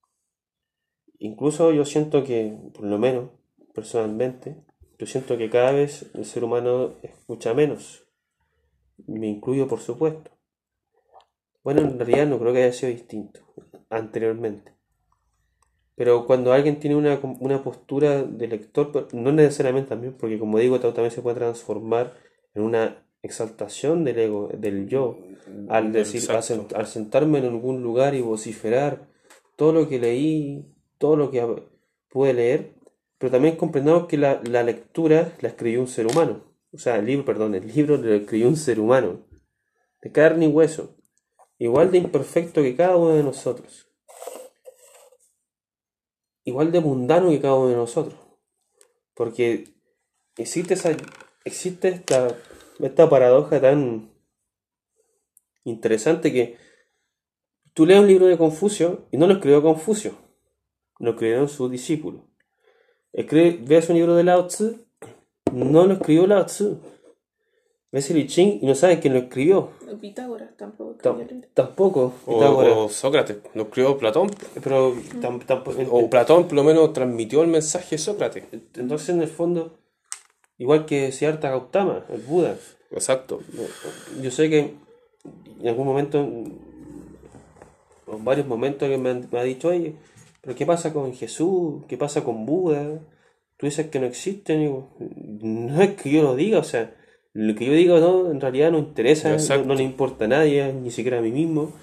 Incluso yo siento que, por lo menos, personalmente, yo siento que cada vez el ser humano escucha menos. Me incluyo, por supuesto. Bueno, en realidad no creo que haya sido distinto anteriormente. Pero cuando alguien tiene una, una postura de lector, pero no necesariamente también, porque como digo, todo también se puede transformar en una exaltación del ego, del yo, al decir, al, Exacto. sent- al sentarme en algún lugar y vociferar todo lo que leí, todo lo que hab- pude leer, pero también comprendamos que la, la lectura la escribió un ser humano. O sea, el libro, perdón, el libro lo escribió un ser humano, de carne y hueso, igual de imperfecto que cada uno de nosotros, igual de mundano que cada uno de nosotros, porque existe esa, existe esta, esta paradoja tan interesante que tú lees un libro de Confucio y no lo escribió Confucio, lo escribieron sus discípulos. Escribe, ves un libro de Lao Tzu, no lo escribió Lao Tzu. Ves el I Ching y no sabes quién lo escribió. Pitágoras tampoco Tam- escribió el libro. tampoco. O, Pitágoras. o Sócrates, lo escribió Platón. Pero tam- tampoco. O Platón por lo menos transmitió el mensaje de Sócrates. Entonces, en el fondo, igual que Siddhartha Gautama, el Buda, Exacto. yo sé que en algún momento, en varios momentos, alguien me, han- me ha dicho, oye, pero ¿qué pasa con Jesús? ¿Qué pasa con Buda? Tú dices que no existen. Y digo, no es que yo lo diga, o sea, lo que yo digo no, en realidad no interesa, no, Exacto. no le importa a nadie, ni siquiera a mí mismo.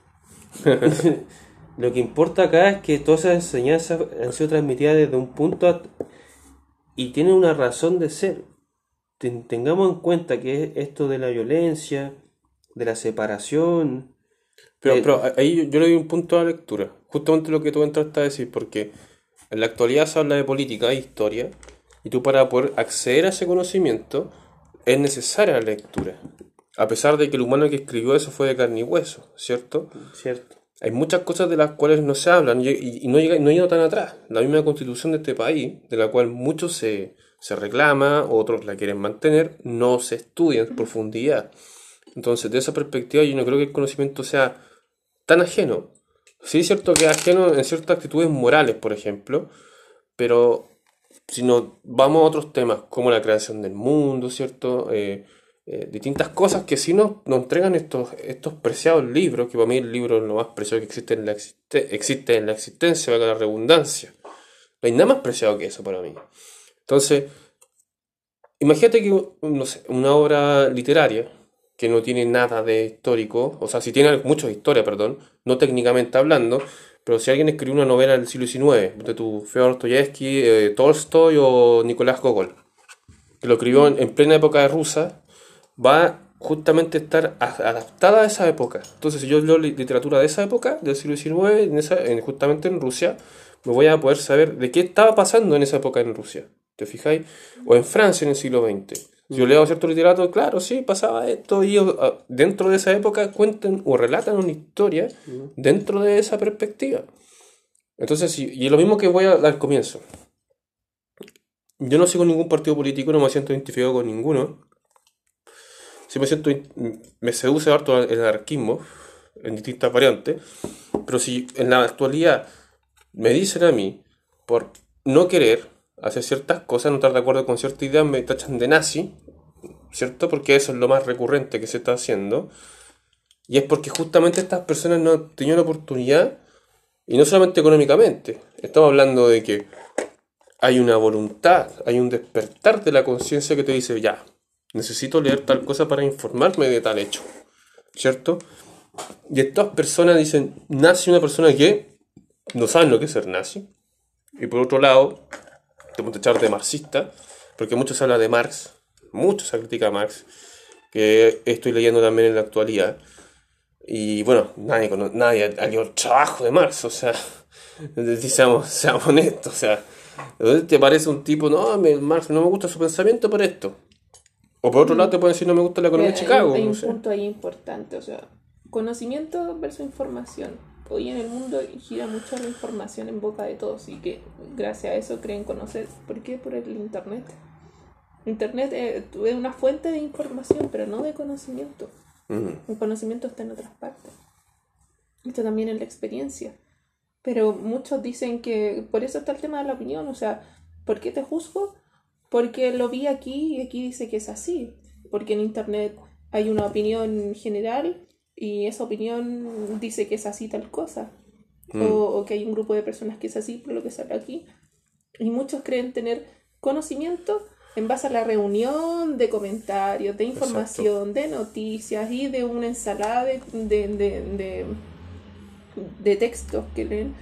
Lo que importa acá es que todas esas enseñanzas han sido transmitidas desde un punto a- y tienen una razón de ser. Ten- tengamos en cuenta que esto de la violencia, de la separación, Pero, de- pero ahí yo, yo le doy un punto a la lectura. Justamente lo que tú entraste a decir, porque en la actualidad se habla de política e historia, y tú para poder acceder a ese conocimiento es necesaria la lectura. A pesar de que el humano que escribió eso fue de carne y hueso, ¿cierto? ¿cierto? Hay muchas cosas de las cuales no se hablan y, y- y no llega, no he ido tan atrás. La misma constitución de este país, de la cual muchos se, se reclama, otros la quieren mantener, no se estudia en profundidad. Entonces, de esa perspectiva, yo no creo que el conocimiento sea tan ajeno. Sí es cierto que es ajeno en ciertas actitudes morales, por ejemplo, pero si nos vamos a otros temas, como la creación del mundo, ¿cierto? Eh, eh, distintas cosas que sí nos, nos entregan estos, estos preciados libros, que para mí el libro es lo más preciado que existe en la, existe, existe en la existencia, valga la redundancia. No hay nada más preciado que eso para mí. Entonces, imagínate que, no sé, una obra literaria que no tiene nada de histórico, o sea, si tiene mucho de historia, perdón, no técnicamente hablando, pero si alguien escribió una novela del siglo diecinueve, de tu Fyodor Dostoyevsky, eh, Tolstoy o Nicolás Gogol, que lo escribió en, en plena época de rusa, va justamente a estar a- adaptada a esa época. Entonces, si yo leo li- literatura de esa época, del siglo diecinueve, en esa, en- justamente en Rusia, me voy a poder saber de qué estaba pasando en esa época en Rusia. ¿Te fijáis? O en Francia en el siglo veinte. Si yo leo a cierto literato, claro, sí, pasaba esto, y ellos, ah, dentro de esa época cuentan o relatan una historia dentro de esa perspectiva. Entonces, sí, y es lo mismo que voy a, al comienzo. Yo no sigo ningún partido político, no me siento identificado con ninguno. Sí me siento, in- me seduce harto el anarquismo en distintas variantes, pero si en la actualidad me dicen a mí, por no querer hacer ciertas cosas, no estar de acuerdo con ciertas ideas, me tachan de nazi, ¿cierto? Porque eso es lo más recurrente que se está haciendo, y es porque justamente estas personas no han tenido la oportunidad, y no solamente económicamente, estamos hablando de que hay una voluntad, hay un despertar de la conciencia que te dice, ya, necesito leer tal cosa para informarme de tal hecho, ¿cierto? Y estas personas dicen, nazi una persona que no saben lo que es ser nazi. Y por otro lado, te puedo echar de marxista, porque mucho se habla de Marx, mucho se critica a Marx, que estoy leyendo también en la actualidad. Y bueno, nadie, cono- nadie ha leído el trabajo de Marx, o sea, seamos, seamos honestos, o sea, te parece un tipo, no, me- Marx no me gusta su pensamiento por esto. O por otro lado te pueden decir, no me gusta la economía de Hay- Chicago, hay no un sé. punto ahí importante, o sea, conocimiento versus información. Hoy en el mundo gira mucho la información en boca de todos y que gracias a eso creen conocer. ¿Por qué? Por el internet. Internet eh, es una fuente de información, pero no de conocimiento. Mm, El conocimiento está en otras partes. Está también en la experiencia. Pero muchos dicen que por eso está el tema de la opinión. O sea, ¿por qué te juzgo? Porque lo vi aquí y aquí dice que es así. Porque en internet hay una opinión general y esa opinión dice que es así tal cosa. Mm. O, o que hay un grupo de personas que es así por lo que sale aquí. Y muchos creen tener conocimiento en base a la reunión de comentarios, de información, de noticias y de una ensalada de, de, de, de, de textos que leen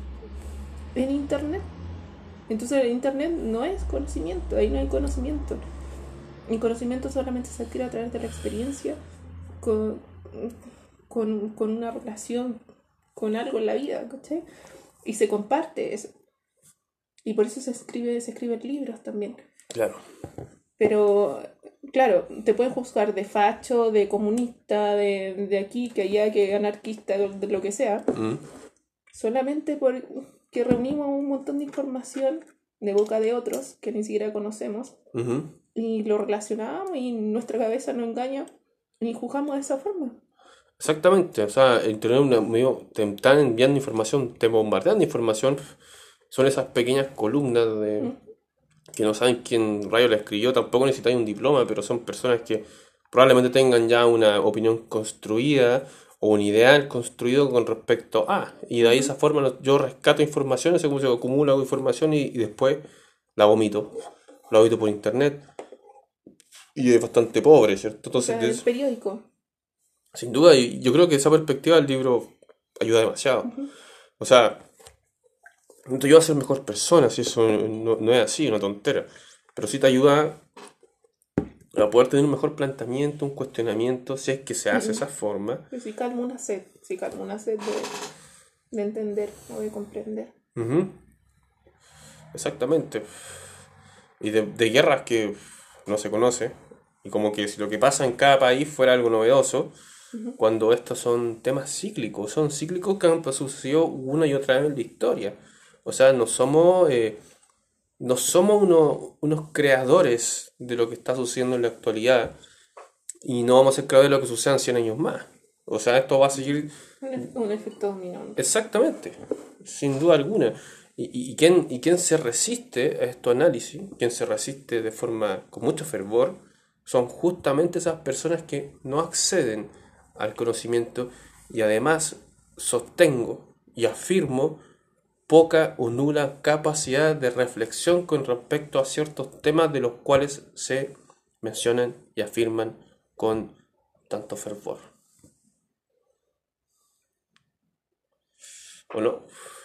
en internet. Entonces el internet no es conocimiento, ahí no hay conocimiento. El conocimiento solamente se adquiere a través de la experiencia con, con, con una relación con algo en la vida, ¿cachai? Y se comparte eso. Y por eso se escribe, se escriben libros también. claro. Pero, claro, te pueden juzgar de facho, de comunista, de, de aquí, que allá, que anarquista, de de lo que sea, Mm. solamente porque reunimos un montón de información de boca de otros que ni siquiera conocemos Ujú. y lo relacionamos y nuestra cabeza no engaña y juzgamos de esa forma. Exactamente, o sea, el Internet es un medio- te están enviando información, te bombardean de información, son esas pequeñas columnas de Mm. que no saben quién rayo la escribió, tampoco necesitáis un diploma, pero son personas que probablemente tengan ya una opinión construida o un ideal construido con respecto a, y de ahí esa forma lo- yo rescato información, ese como se acumula información y, y después la vomito, la vomito por internet y es bastante pobre, ¿cierto? O Entonces, sea, de el eso- periódico. sin duda, y yo creo que esa perspectiva del libro ayuda demasiado. Ujú. O sea, no te ayuda a ser mejor persona, si eso no, no es así, una tontera. Pero sí te ayuda a poder tener un mejor planteamiento, un cuestionamiento, si es que se hace de esa Mm. forma. Y sí calma una sed, sí calma una sed de, de entender o de comprender. Ujú, exactamente. Y de, de guerras que no se conoce. Y como que si lo que pasa en cada país fuera algo novedoso, Ujú. cuando estos son temas cíclicos, son cíclicos que han sucedido una y otra vez en la historia. O sea, no somos, eh, no somos unos, unos creadores de lo que está sucediendo en la actualidad y no vamos a ser creadores de lo que suceda en cien años más. O sea, esto va a seguir Un, ef- un efecto dominó. exactamente, sin duda alguna. ¿Y, y, y quién, y quién se resiste a estos análisis, quién se resiste de forma con mucho fervor, son justamente esas personas que no acceden al conocimiento y además sostengo y afirmo poca o nula capacidad de reflexión con respecto a ciertos temas de los cuales se mencionan y afirman con tanto fervor. ¿O no?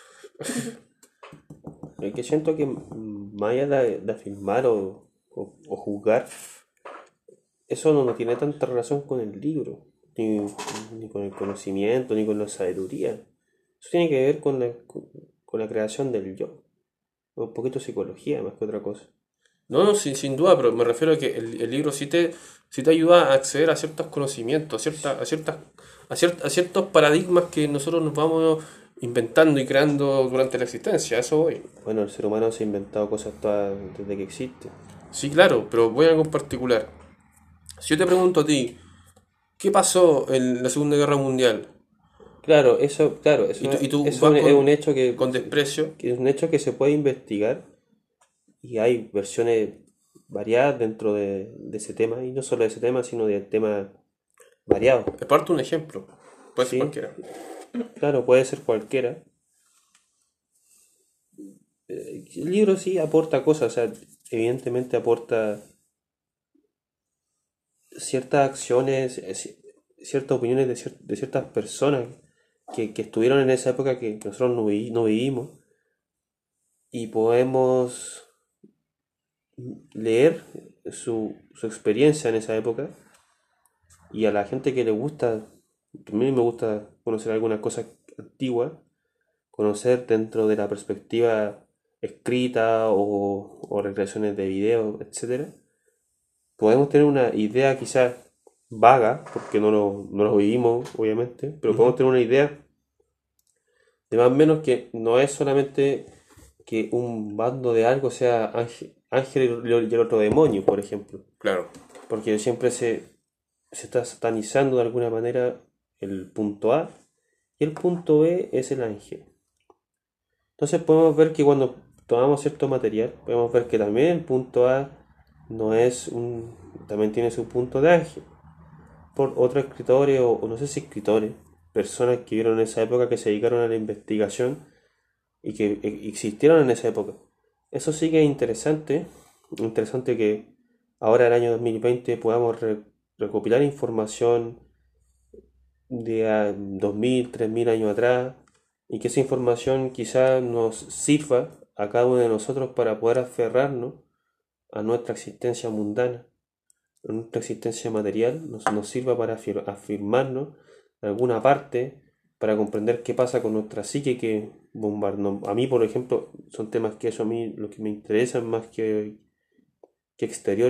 Es que siento que mm, más allá de, de afirmar o, o- o juzgar, eso no, no tiene tanta relación con el libro, ni, ni con el conocimiento, ni con la sabiduría. Eso tiene que ver con la, con, con la creación del yo. Un poquito de psicología más que otra cosa. No, no, sin, sin duda, pero me refiero a que el, el libro sí te, sí te ayuda a acceder a ciertos conocimientos, a, cierta- a, ciertas, a, cier- a ciertos paradigmas que nosotros nos vamos inventando y creando durante la existencia, a eso voy. Bueno, el ser humano se ha inventado cosas todas desde que existe. Sí, claro, pero voy a algo en particular. Si yo te pregunto a ti, ¿qué pasó en la Segunda Guerra Mundial? Claro, eso, claro, Y eso, tú, y tú eso vas es un con, hecho que, con desprecio. que es un hecho que se puede investigar y hay versiones variadas dentro de, de ese tema, y no solo de ese tema, sino de temas variados. Es parte de un ejemplo, puede ser Sí, cualquiera. claro, puede ser cualquiera. Eh, El libro sí aporta cosas, o sea, evidentemente aporta ciertas acciones, eh, ci- ciertas opiniones de, cier- de ciertas personas que, que estuvieron en esa época que nosotros no, vivi- no vivimos, y podemos leer su, su experiencia en esa época, y a la gente que le gusta, a mí me gusta conocer algunas cosas antiguas, conocer dentro de la perspectiva escrita o, o recreaciones de video, etcétera, podemos tener una idea quizás vaga, porque no lo, no lo vivimos, obviamente, pero podemos Ujú. tener una idea de más o menos que no es solamente que un bando de algo sea ángel, ángel y el y el otro demonio, por ejemplo, Claro. porque siempre se, se está satanizando de alguna manera el punto A y el punto B es el ángel. Entonces podemos ver que cuando tomamos cierto material, podemos ver que también el punto A no es un, también tiene su punto de ángel. Por otros escritores, o, o no sé si escritores, personas que vieron en esa época, que se dedicaron a la investigación y que e- existieron en esa época. Eso sí que es interesante, interesante que ahora en el año dos mil veinte podamos re- recopilar información de a dos mil, tres mil años atrás, y que esa información quizá nos sirva a cada uno de nosotros para poder aferrarnos a nuestra existencia mundana, a nuestra existencia material, nos, nos sirva para afir- afirmarnos en alguna parte, para comprender qué pasa con nuestra psique que bombardeó. A mí, por ejemplo, son temas que eso a mí lo que me interesan más que, que exteriores,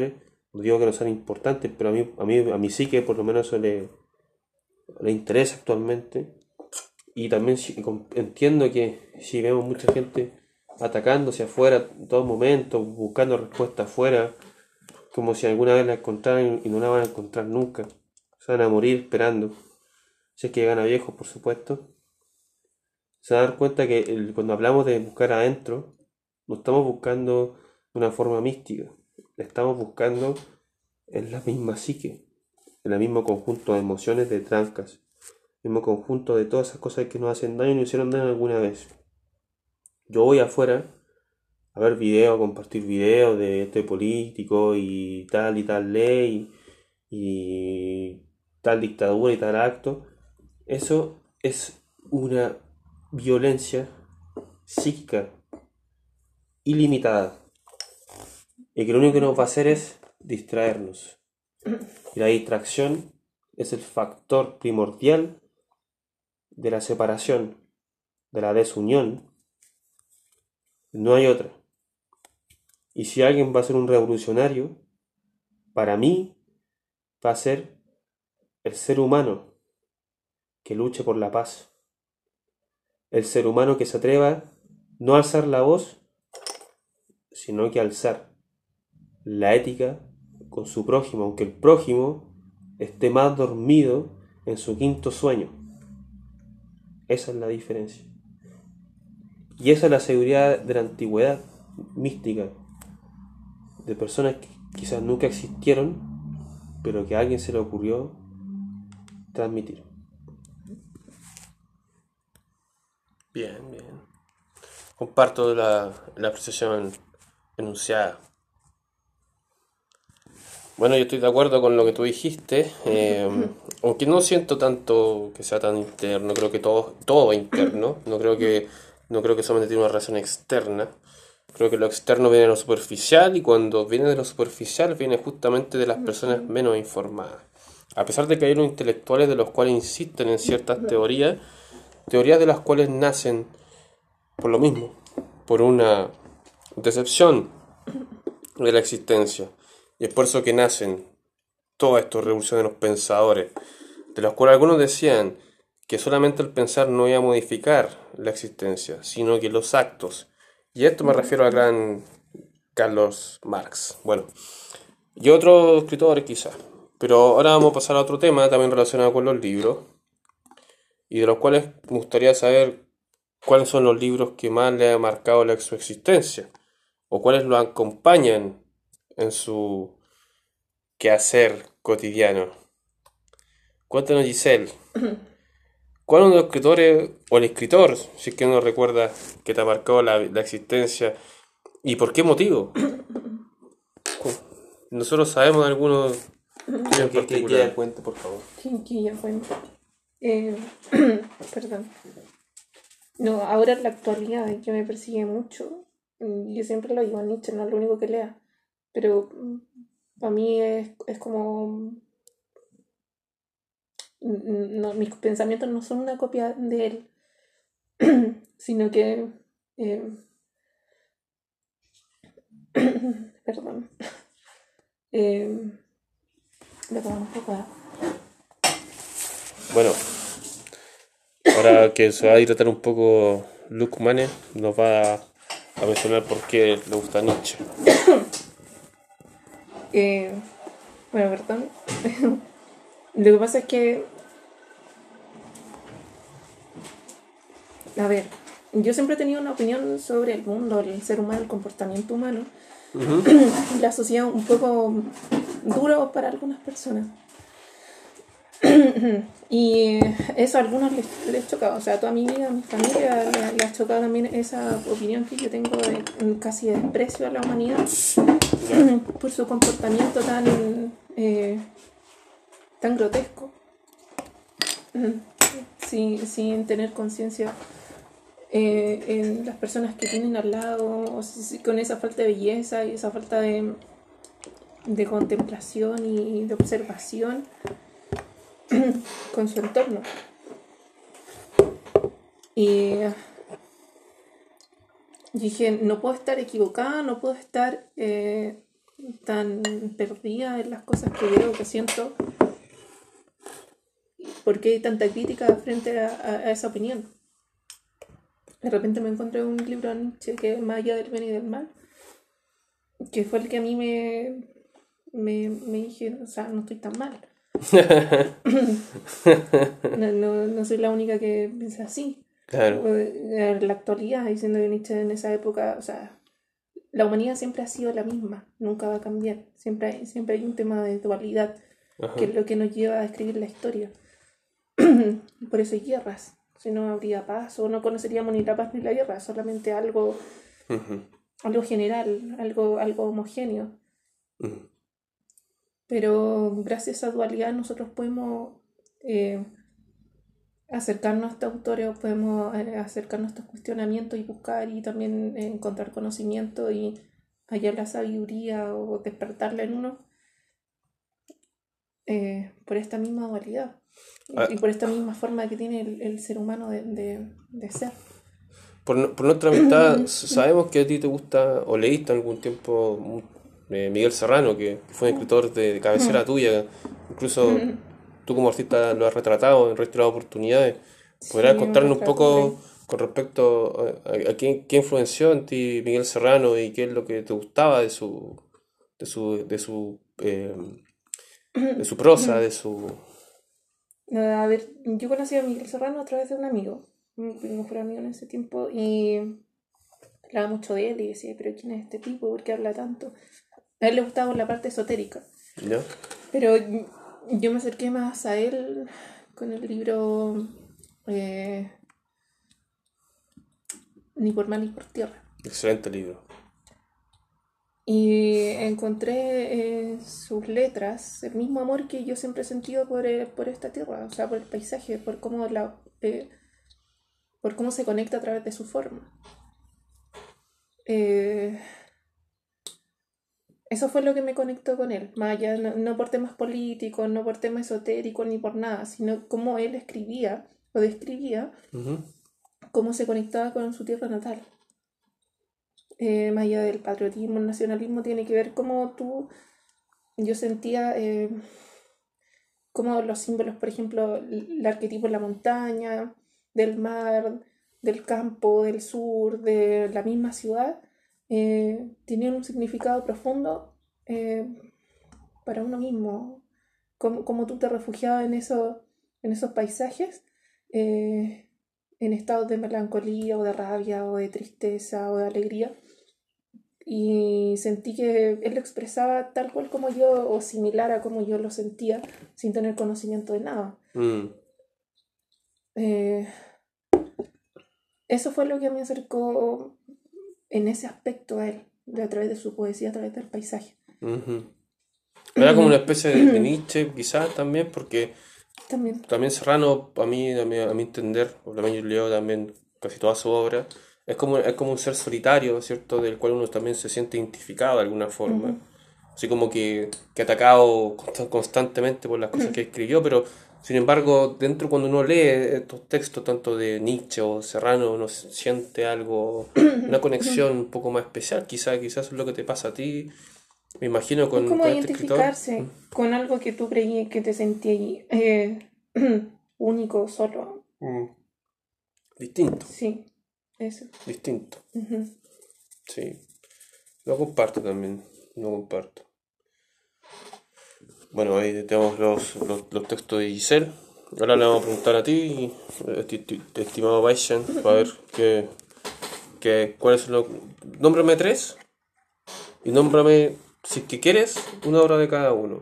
No digo que no sean importantes, pero a mí, a mí, a mí sí que por lo menos eso le, le interesa actualmente. Y también si- com- entiendo que si vemos mucha gente atacándose afuera en todo momento, buscando respuestas afuera, como si alguna vez la encontraran y no la van a encontrar nunca. Se van a morir esperando. Si es que llegan a viejos, por supuesto. Se van a dar cuenta que el- cuando hablamos de buscar adentro, no estamos buscando de una forma mística. Estamos buscando en la misma psique, en el mismo conjunto de emociones, de trancas, el mismo conjunto de todas esas cosas que nos hacen daño y nos hicieron daño alguna vez. Yo voy afuera a ver videos, a compartir videos de este político y tal y tal ley y tal dictadura y tal acto. Eso es una violencia psíquica ilimitada y que lo único que nos va a hacer es distraernos. Y la distracción es el factor primordial de la separación, de la desunión. No hay otra. Y si alguien va a ser un revolucionario, para mí va a ser el ser humano que luche por la paz. El ser humano que se atreva no a alzar la voz, sino que a alzar la ética con su prójimo, aunque el prójimo esté más dormido en su quinto sueño. Esa es la diferencia. Y esa es la seguridad de la antigüedad mística, de personas que quizás nunca existieron, pero que a alguien se le ocurrió transmitir. Bien, bien. Comparto la, la apreciación enunciada. Bueno, yo estoy de acuerdo con lo que tú dijiste, eh, aunque no siento tanto que sea tan interno, creo que todo, todo es interno, no creo que, no creo que solamente tiene una razón externa, creo que lo externo viene de lo superficial y cuando viene de lo superficial viene justamente de las personas menos informadas. A pesar de que hay unos intelectuales de los cuales insisten en ciertas teorías, teorías de las cuales nacen por lo mismo, por una decepción de la existencia. Y es por eso que nacen todas estas revoluciones de los pensadores, de los cuales algunos decían que solamente el pensar no iba a modificar la existencia, sino que los actos. Y esto me refiero al gran Carlos Marx. Bueno, y otros escritores quizás. Pero ahora vamos a pasar a otro tema también relacionado con los libros, y de los cuales me gustaría saber cuáles son los libros que más le han marcado la, su existencia, o cuáles lo acompañan en su quehacer cotidiano. Cuéntanos, Giselle, ¿cuál es uno de los escritores, o el escritor, si es que no recuerda, que te ha marcado la, la existencia, y por qué motivo? Nosotros sabemos de algunos en Que, que, que particular. da cuenta, por favor. Que, que ya fue. Eh, perdón. No, ahora en la actualidad que me persigue mucho, mm, yo siempre lo digo, Nietzsche no es lo único que lea, pero mm, para mí es, es como... mm, no, mis pensamientos no son una copia de él, sino que... eh, perdón. Eh, le pongo un poco de... Bueno, ahora que se va a tratar un poco Luke Mane, nos va a, a mencionar por qué le gusta Nietzsche. Eh, bueno, perdón. Lo que pasa es que... A ver, yo siempre he tenido una opinión sobre el mundo, el ser humano, el comportamiento humano. Uh-huh. La sociedad un poco duro para algunas personas. Y eso a algunos les, les choca, o sea, a toda mi vida, a mi familia le, le ha chocado también esa opinión que yo tengo de casi desprecio a la humanidad por su comportamiento tan eh, tan grotesco, sin, sin tener conciencia eh, en las personas que tienen al lado, o si, con esa falta de belleza y esa falta de, de contemplación y de observación con su entorno. Y dije, no puedo estar equivocada, no puedo estar eh, tan perdida en las cosas que veo, que siento. ¿Por qué hay tanta crítica frente a, a, a esa opinión? De repente me encontré un libro de Nietzsche que es Más allá del bien y del mal, que fue el que a mí me, me, me dije, o sea, no estoy tan mal. no, no, no soy la única que piensa así. Claro. En la actualidad, diciendo que Nietzsche en esa época, o sea, la humanidad siempre ha sido la misma, nunca va a cambiar. Siempre hay, siempre hay un tema de dualidad, Ajá. que es lo que nos lleva a escribir la historia. Por eso hay guerras. Si no habría paz, o no conoceríamos ni la paz ni la guerra, solamente algo, Ujú. algo general, algo, algo homogéneo. Ujú. Pero gracias a esa dualidad nosotros podemos eh, acercarnos a estos autores, podemos eh, acercarnos a estos cuestionamientos y buscar y también eh, encontrar conocimiento y hallar la sabiduría o despertarla en uno eh, por esta misma dualidad. Ah. Y por esta misma forma que tiene el, el ser humano de, de, de ser. Por, no- por nuestra amistad, sabemos que a ti te gusta o leíste algún tiempo eh, Miguel Serrano, que fue un escritor de, de cabecera tuya. Incluso tú como artista lo has retratado en reiteradas oportunidades. ¿Podrás Sí, contarnos un retrato por ahí. poco con respecto a, a- a quién, qué influenció en ti Miguel Serrano y qué es lo que te gustaba de su de su de su eh, de su prosa, de su A ver, yo conocí a Miguel Serrano a través de un amigo, mi mi mejor amigo en ese tiempo, y hablaba mucho de él y decía, pero ¿quién es este tipo? ¿Por qué habla tanto? A él le gustaba la parte esotérica, ¿no? pero yo me acerqué más a él con el libro eh, Ni por mar ni por tierra. Excelente libro. Y encontré en sus letras el mismo amor que yo siempre he sentido por, eh, por esta tierra, o sea, por el paisaje, por cómo, la, eh, por cómo se conecta a través de su forma. Eh, eso fue lo que me conectó con él, más allá, no, no por temas políticos, no por temas esotéricos, ni por nada, sino cómo él escribía o describía Ujú. cómo se conectaba con su tierra natal. Eh, más allá del patriotismo, el nacionalismo, tiene que ver cómo tú, yo sentía eh, como los símbolos, por ejemplo, el arquetipo de la montaña, del mar, del campo, del sur, de la misma ciudad, eh, tenían un significado profundo eh, para uno mismo. Como, como tú te refugiabas en, eso, en esos paisajes, eh, en estados de melancolía o de rabia o de tristeza o de alegría. Y sentí que él lo expresaba tal cual como yo o similar a como yo lo sentía sin tener conocimiento de nada. Mm. Eh, eso fue lo que me acercó en ese aspecto a él, de a través de su poesía, a través del paisaje. Ujú. Era como una especie de, de Nietzsche, quizás también, porque También. también Serrano, a mí, a mi, a mi entender, por lo menos yo leo también casi toda su obra, es como, es como un ser solitario, ¿cierto? Del cual uno también se siente identificado de alguna forma. Ujú. Así como que, que atacado consta- constantemente por las cosas que escribió, pero sin embargo, dentro cuando uno lee estos textos, tanto de Nietzsche o Serrano, uno siente algo, una conexión un poco más especial, quizás, quizás es lo que te pasa a ti, me imagino, Es con, como con este escritor. identificarse con algo que tú creí que te sentías eh, único, solo. Mm. Distinto, Sí, eso. distinto, Ujú. sí. Lo comparto también, lo comparto. Bueno, ahí tenemos los, los, los textos de Giselle. Ahora le vamos a preguntar a ti, esti- esti- estimado Baishan, para ver qué, qué, cuáles son los... Nómbrame tres y nómbrame, si es que quieres, una obra de cada uno.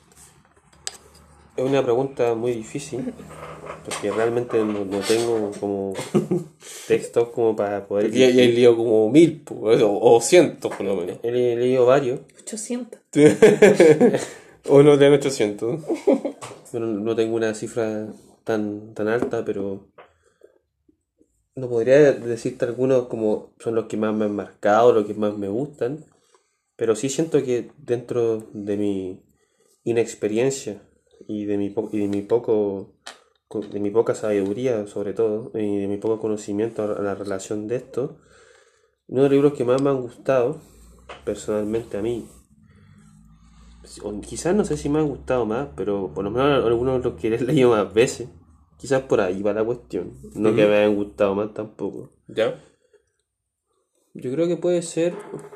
Es una pregunta muy difícil, porque realmente no, no tengo como textos como para poder... Porque ya, ya he leído como mil, pues, o, o cientos por lo menos. He le- he leído varios, ochocientos. O no de ochocientos. pero no tengo una cifra tan, tan alta, pero no podría decirte algunos como son los que más me han marcado, los que más me gustan, pero sí siento que dentro de mi inexperiencia y de mi, po- y de mi poco de mi poca sabiduría sobre todo y de mi poco conocimiento a la relación de esto, uno de los libros que más me han gustado personalmente a mí o quizás no sé si me ha gustado más, pero por lo menos algunos de los que he leído más veces. Quizás por ahí va la cuestión. No que Ujú. me hayan gustado más tampoco. ¿Ya? Yo creo que puede ser.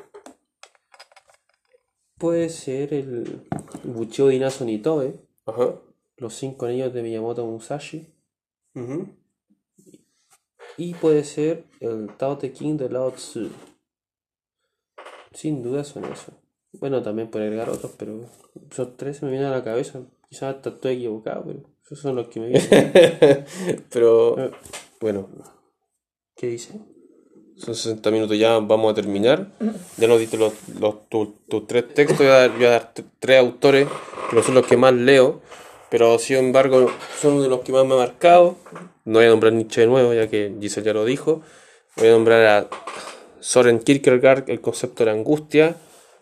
Puede ser el Buchio de Inazo Nitoe, Ajá. Los cinco anillos de Miyamoto Musashi. Ujú. Y puede ser el Tao Te Ching de Lao Tzu. Sin duda son esos. Bueno, también puede agregar otros, pero esos tres se me vienen a la cabeza. Quizás hasta estoy equivocado, pero esos son los que me vienen. Pero Eh, bueno, ¿Qué dice? son sesenta minutos ya, vamos a terminar. Ya nos diste los, los, tus tus tres textos, voy a dar, voy a dar t- tres autores, que no son los que más leo, pero sin embargo son de los que más me han marcado. No voy a nombrar Nietzsche de nuevo, ya que Giselle ya lo dijo. Voy a nombrar a Soren Kierkegaard, El concepto de la angustia,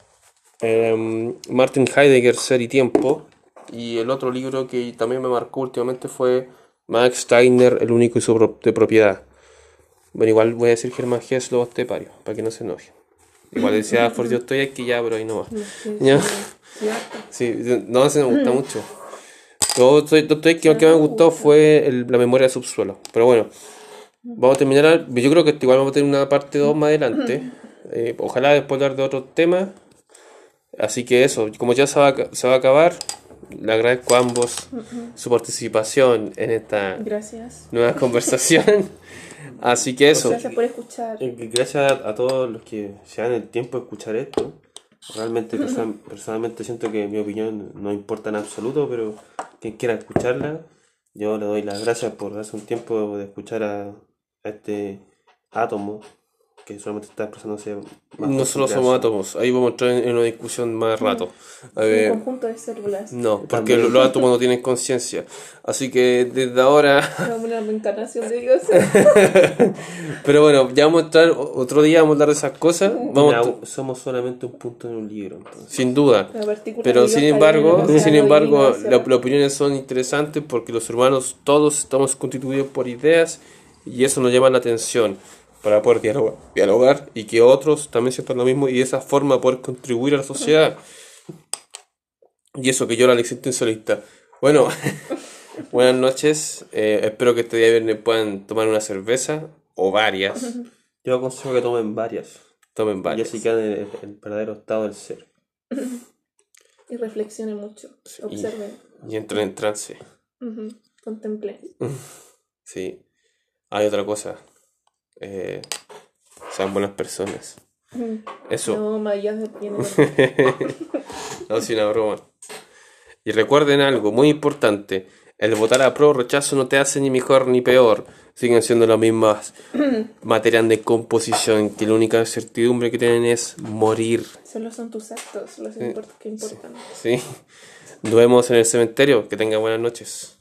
eh, Martin Heidegger, Ser y tiempo, y el otro libro que también me marcó últimamente fue Max Steiner, El único y su pro- de propiedad. Bueno, igual voy a decir Germán Hesse, Lobo Estepario, para que no se enoje. Igual decía For yo estoy aquí ya, pero ahí no va. Ya. Sí, no, se me gusta mucho. Todo estoy, todo estoy, que lo que me gustó fue el- la memoria de subsuelo. Pero bueno, vamos a terminar. Yo creo que igual vamos a tener una parte dos más adelante. Eh, ojalá después hablar de otros temas. Así que eso, como ya se va, a ac- se va a acabar, le agradezco a ambos su participación en esta Gracias. nueva conversación. Así que eso. Gracias por escuchar. Eh, Gracias a, a todos los que se dan el tiempo de escuchar esto. Realmente, perso- personalmente siento que mi opinión no importa en absoluto, pero quien quiera escucharla, yo le doy las gracias por darse un tiempo de escuchar a, a este átomo que solamente está expresándose más No por solo su somos creación. átomos, ahí vamos a entrar en en una discusión más rato. A Un ver, conjunto de células. no, porque También. los, los átomos no tienen conciencia. Así que desde ahora. Como una reencarnación de Dios. Pero bueno, ya vamos a entrar o- otro día, vamos a hablar de esas cosas. Vamos a- Una- somos solamente un punto en un libro, entonces. sin duda. La partícula Pero de sin Dios embargo, cayó en el sin océano embargo, divino hacia la- abajo. las opiniones son interesantes porque los humanos todos estamos constituidos por ideas y eso nos llama la atención para poder dialogar, dialogar y que otros también sientan lo mismo y de esa forma poder contribuir a la sociedad. Y eso que yo era la existencialista. Bueno, buenas noches. eh, espero que este día viernes puedan tomar una cerveza o varias. Yo aconsejo que tomen varias. Tomen Y varias. así quedan en el, el verdadero estado del ser. Y reflexionen mucho. Observen. Y entren en trance. Ujú. Contemplen. Sí. Hay otra cosa. Eh, sean buenas personas. Eso. No, Matías viene. No, es una broma. Y recuerden algo muy importante. El votar a pro o rechazo no te hace ni mejor ni peor. Siguen siendo las mismas materias de composición que la única certidumbre que tienen es morir. Solo son tus actos los import- que importan. ¿Sí? Nos vemos en el cementerio. Que tengan buenas noches.